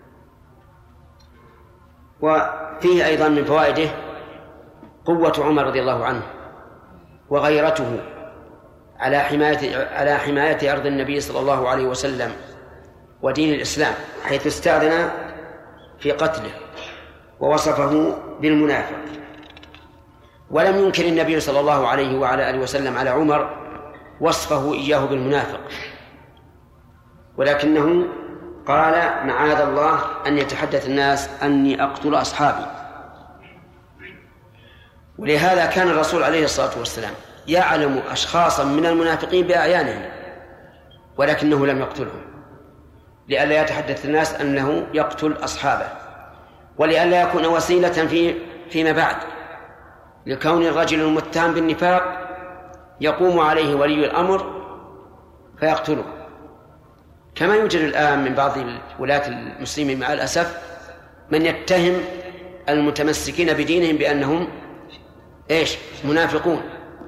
وفيه أيضا من فوائده قوة عمر رضي الله عنه وغيرته على حماية أرض النبي صلى الله عليه وسلم ودين الإسلام، حيث استأذن في قتله ووصفه بالمنافق. ولم ينكر النبي صلى الله عليه وعلى آله وسلم على عمر وصفه إياه بالمنافق، ولكنه قال: معاذ الله أن يتحدث الناس أني أقتل أصحابي. ولهذا كان الرسول عليه الصلاة والسلام يعلم أشخاصا من المنافقين بأعيانهم ولكنه لم يقتلهم، لئلا يتحدث الناس أنه يقتل أصحابه، ولئلا يكون وسيلة فيما بعد لكون الرجل المتهم بالنفاق يقوم عليه ولي الأمر فيقتله، كما يوجد الآن من بعض ولاة المسلمين مع الأسف من يتهم المتمسكين بدينهم بأنهم منافقون،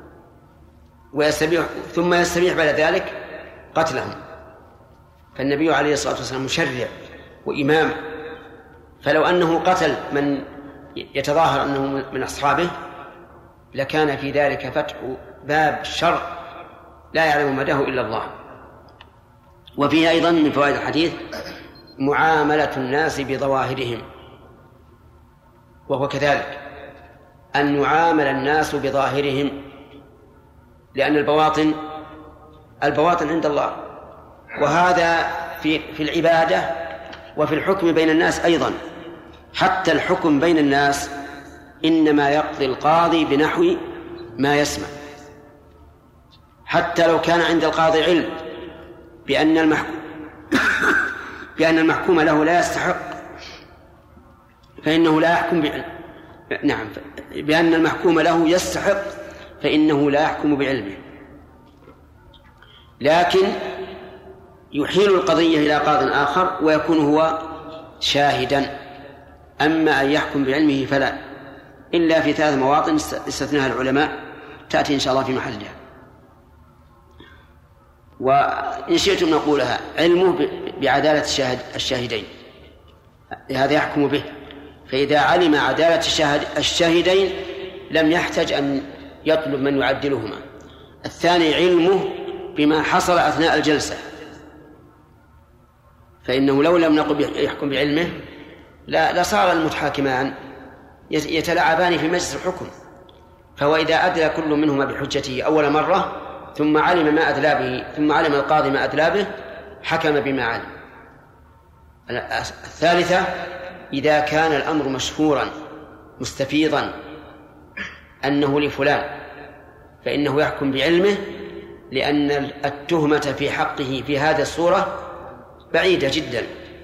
ثم يستبيح بعد ذلك قتلهم. فالنبي عليه الصلاة والسلام مشرع وإمام، فلو أنه قتل من يتظاهر أنه من أصحابه لكان في ذلك فتح باب شر لا يعلم مداه إلا الله. وفيه أيضا من فوائد الحديث معاملة الناس بظواهرهم، وهو كذلك أن يعامل الناس بظاهرهم، لأن البواطن عند الله، وهذا في العبادة وفي الحكم بين الناس أيضا. حتى الحكم بين الناس إنما يقضي القاضي بنحو ما يسمع، حتى لو كان عند القاضي علم بأن المحكوم له لا يستحق فإنه لا يحكم بأن المحكوم له يستحق فإنه لا يحكم بعلمه، لكن يحيل القضية إلى قاض آخر ويكون هو شاهدا أما أن يحكم بعلمه فلا، إلا في 3 مواطن استثناها العلماء تأتي إن شاء الله في محلها. وإن شئتم نقولها علمه بعدالة الشاهدين، هذا يحكم به، فإذا علم عدالة الشاهدين لم يحتج أن يطلب من يعدلهما. الثاني علمه بما حصل أثناء الجلسة، فإنه لو لم نقل يحكم بعلمه لصار المتحاكمان يتلاعبان في مجلس الحكم. فهو إذا أدلى كل منهما بحجته أول مرة ثم علم ما أدلى به، ثم علم القاضي ما أدلى به، حكم بما علم. الثالثة إذا كان الأمر مشهورا مستفيضا أنه لفلان فإنه يحكم بعلمه، لأن التهمة في حقه في هذه الصورة بعيدة جدا.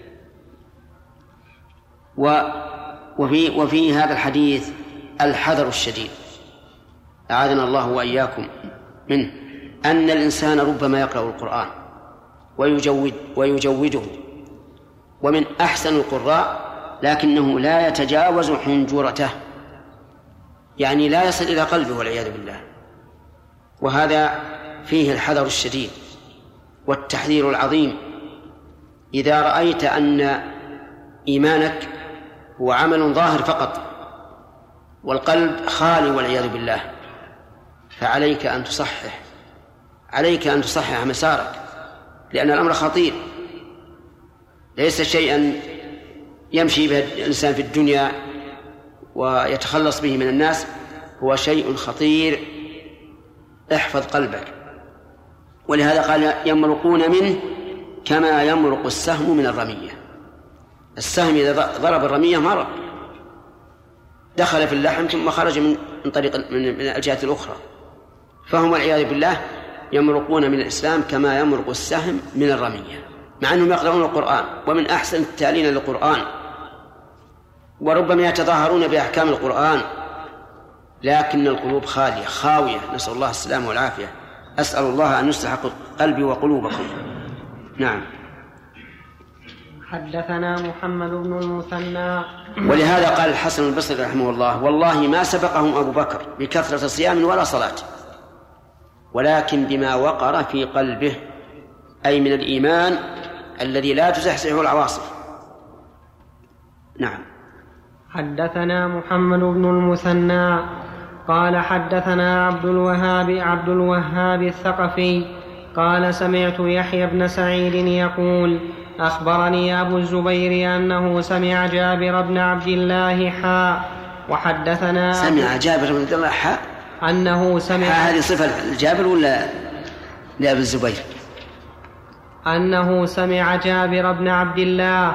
وفي هذا الحديث الحذر الشديد أعاذنا الله وإياكم منه، أن الإنسان ربما يقرأ القرآن ويجوده ومن أحسن القراء، لكنه لا يتجاوز حنجرته، يعني لا يصل إلى قلبه والعياذ بالله. وهذا فيه الحذر الشديد والتحذير العظيم. إذا رأيت أن إيمانك هو عمل ظاهر فقط والقلب خالي والعياذ بالله، فعليك أن تصحح، عليك أن تصحح مسارك، لأن الأمر خطير، ليس شيئا يمشي به الإنسان في الدنيا ويتخلص به من الناس، هو شيء خطير. احفظ قلبك. ولهذا قال يمرقون منه كما يمرق السهم من الرمية. السهم إذا ضرب الرمية مرق، دخل في اللحم ثم خرج من طريق من الجهة الأخرى. فهم والعياذ بالله يمرقون من الإسلام كما يمرق السهم من الرمية، مع أنهم يقرؤون القرآن ومن أحسن التالين للقرآن، وربما يتظاهرون بأحكام القرآن، لكن القلوب خالية خاوية، نسأل الله السلامة والعافية. أسأل الله أن يصلح قلبي وقلوبكم. نعم.
حدثنا محمد بن المثنى.
ولهذا قال الحسن البصري رحمه الله: والله ما سبقهم أبو بكر بكثرة صيام ولا صلاة، ولكن بما وقر في قلبه، أي من الإيمان الذي لا تزحزحه العواصف. نعم.
حدثنا محمد بن المثنى قال حدثنا عبد الوهاب الثقفي قال سمعت يحيى بن سعيد يقول أخبرني أبو الزبير أنه سمع جابر بن عبد الله وحدثنا
سمع جابر بن عبد الله
أنه سمع
هذه صفة الجابر ولا لأبي الزبير؟
أنه سمع جابر بن عبد الله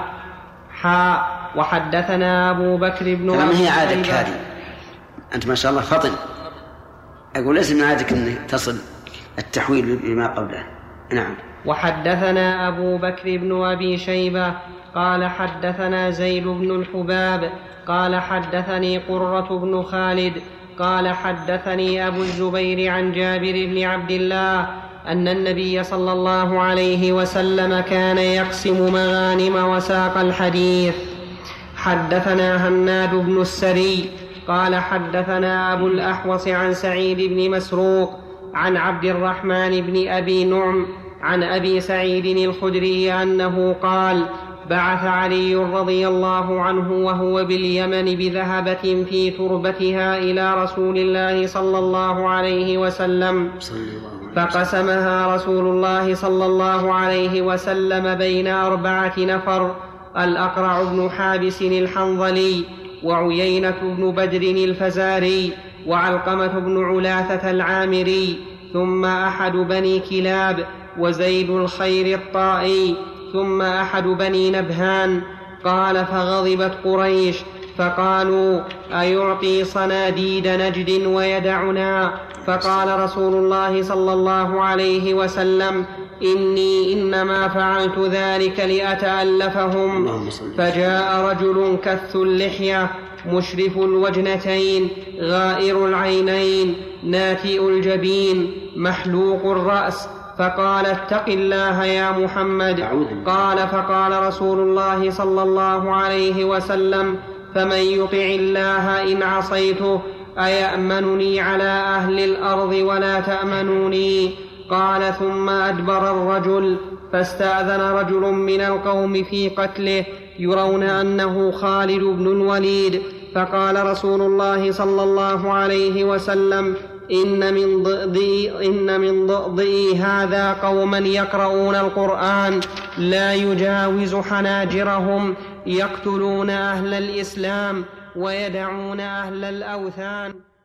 وحدثنا أبو بكر بن
ما هي عادك هذه؟ أنت ما شاء الله فطن. أقول ليس من عادك أن تصل التحويل بما قبله. نعم.
وحدثنا أبو بكر بن أبي شيبة قال حدثنا زيد بن الحباب قال حدثني قرة بن خالد قال حدثني أبو الزبير عن جابر بن عبد الله أن النبي صلى الله عليه وسلم كان يقسم مغانم وساق الحديث. حدثنا هناد بن السري قال حدثنا أبو الأحوص عن سعيد بن مسروق عن عبد الرحمن بن أبي نعم عن أبي سعيد الخدري أنه قال بعث علي رضي الله عنه وهو باليمن بذهبة في تربتها إلى رسول الله صلى الله عليه وسلم، فقسمها رسول الله صلى الله عليه وسلم بين 4 نفر: الأقرع بن حابس الحنظلي، وعيينة بن بدر الفزاري، وعلقمة بن علاثة العامري، ثم أحد بني كلاب، وزيد الخير الطائي، ثم أحد بني نبهان. قال فغضبت قريش فقالوا أيعطي صناديد نجد ويدعنا؟ فقال رسول الله صلى الله عليه وسلم إني إنما فعلت ذلك لأتألفهم. فجاء رجل كث اللحية مشرف الوجنتين غائر العينين ناتئ الجبين محلوق الرأس، فقال اتق الله يا محمد. قال فقال رسول الله صلى الله عليه وسلم فمن يطع الله إن عصيته أيأمنني على أهل الأرض ولا تأمنوني؟ قال ثم أدبر الرجل فاستأذن رجل من القوم في قتله يرون أنه خالد بن الوليد، فقال رسول الله صلى الله عليه وسلم إن من ضئضئي هذا قوما يقرؤون القرآن لا يجاوز حناجرهم يقتلون أهل الإسلام ويدعون أهل الأوثان.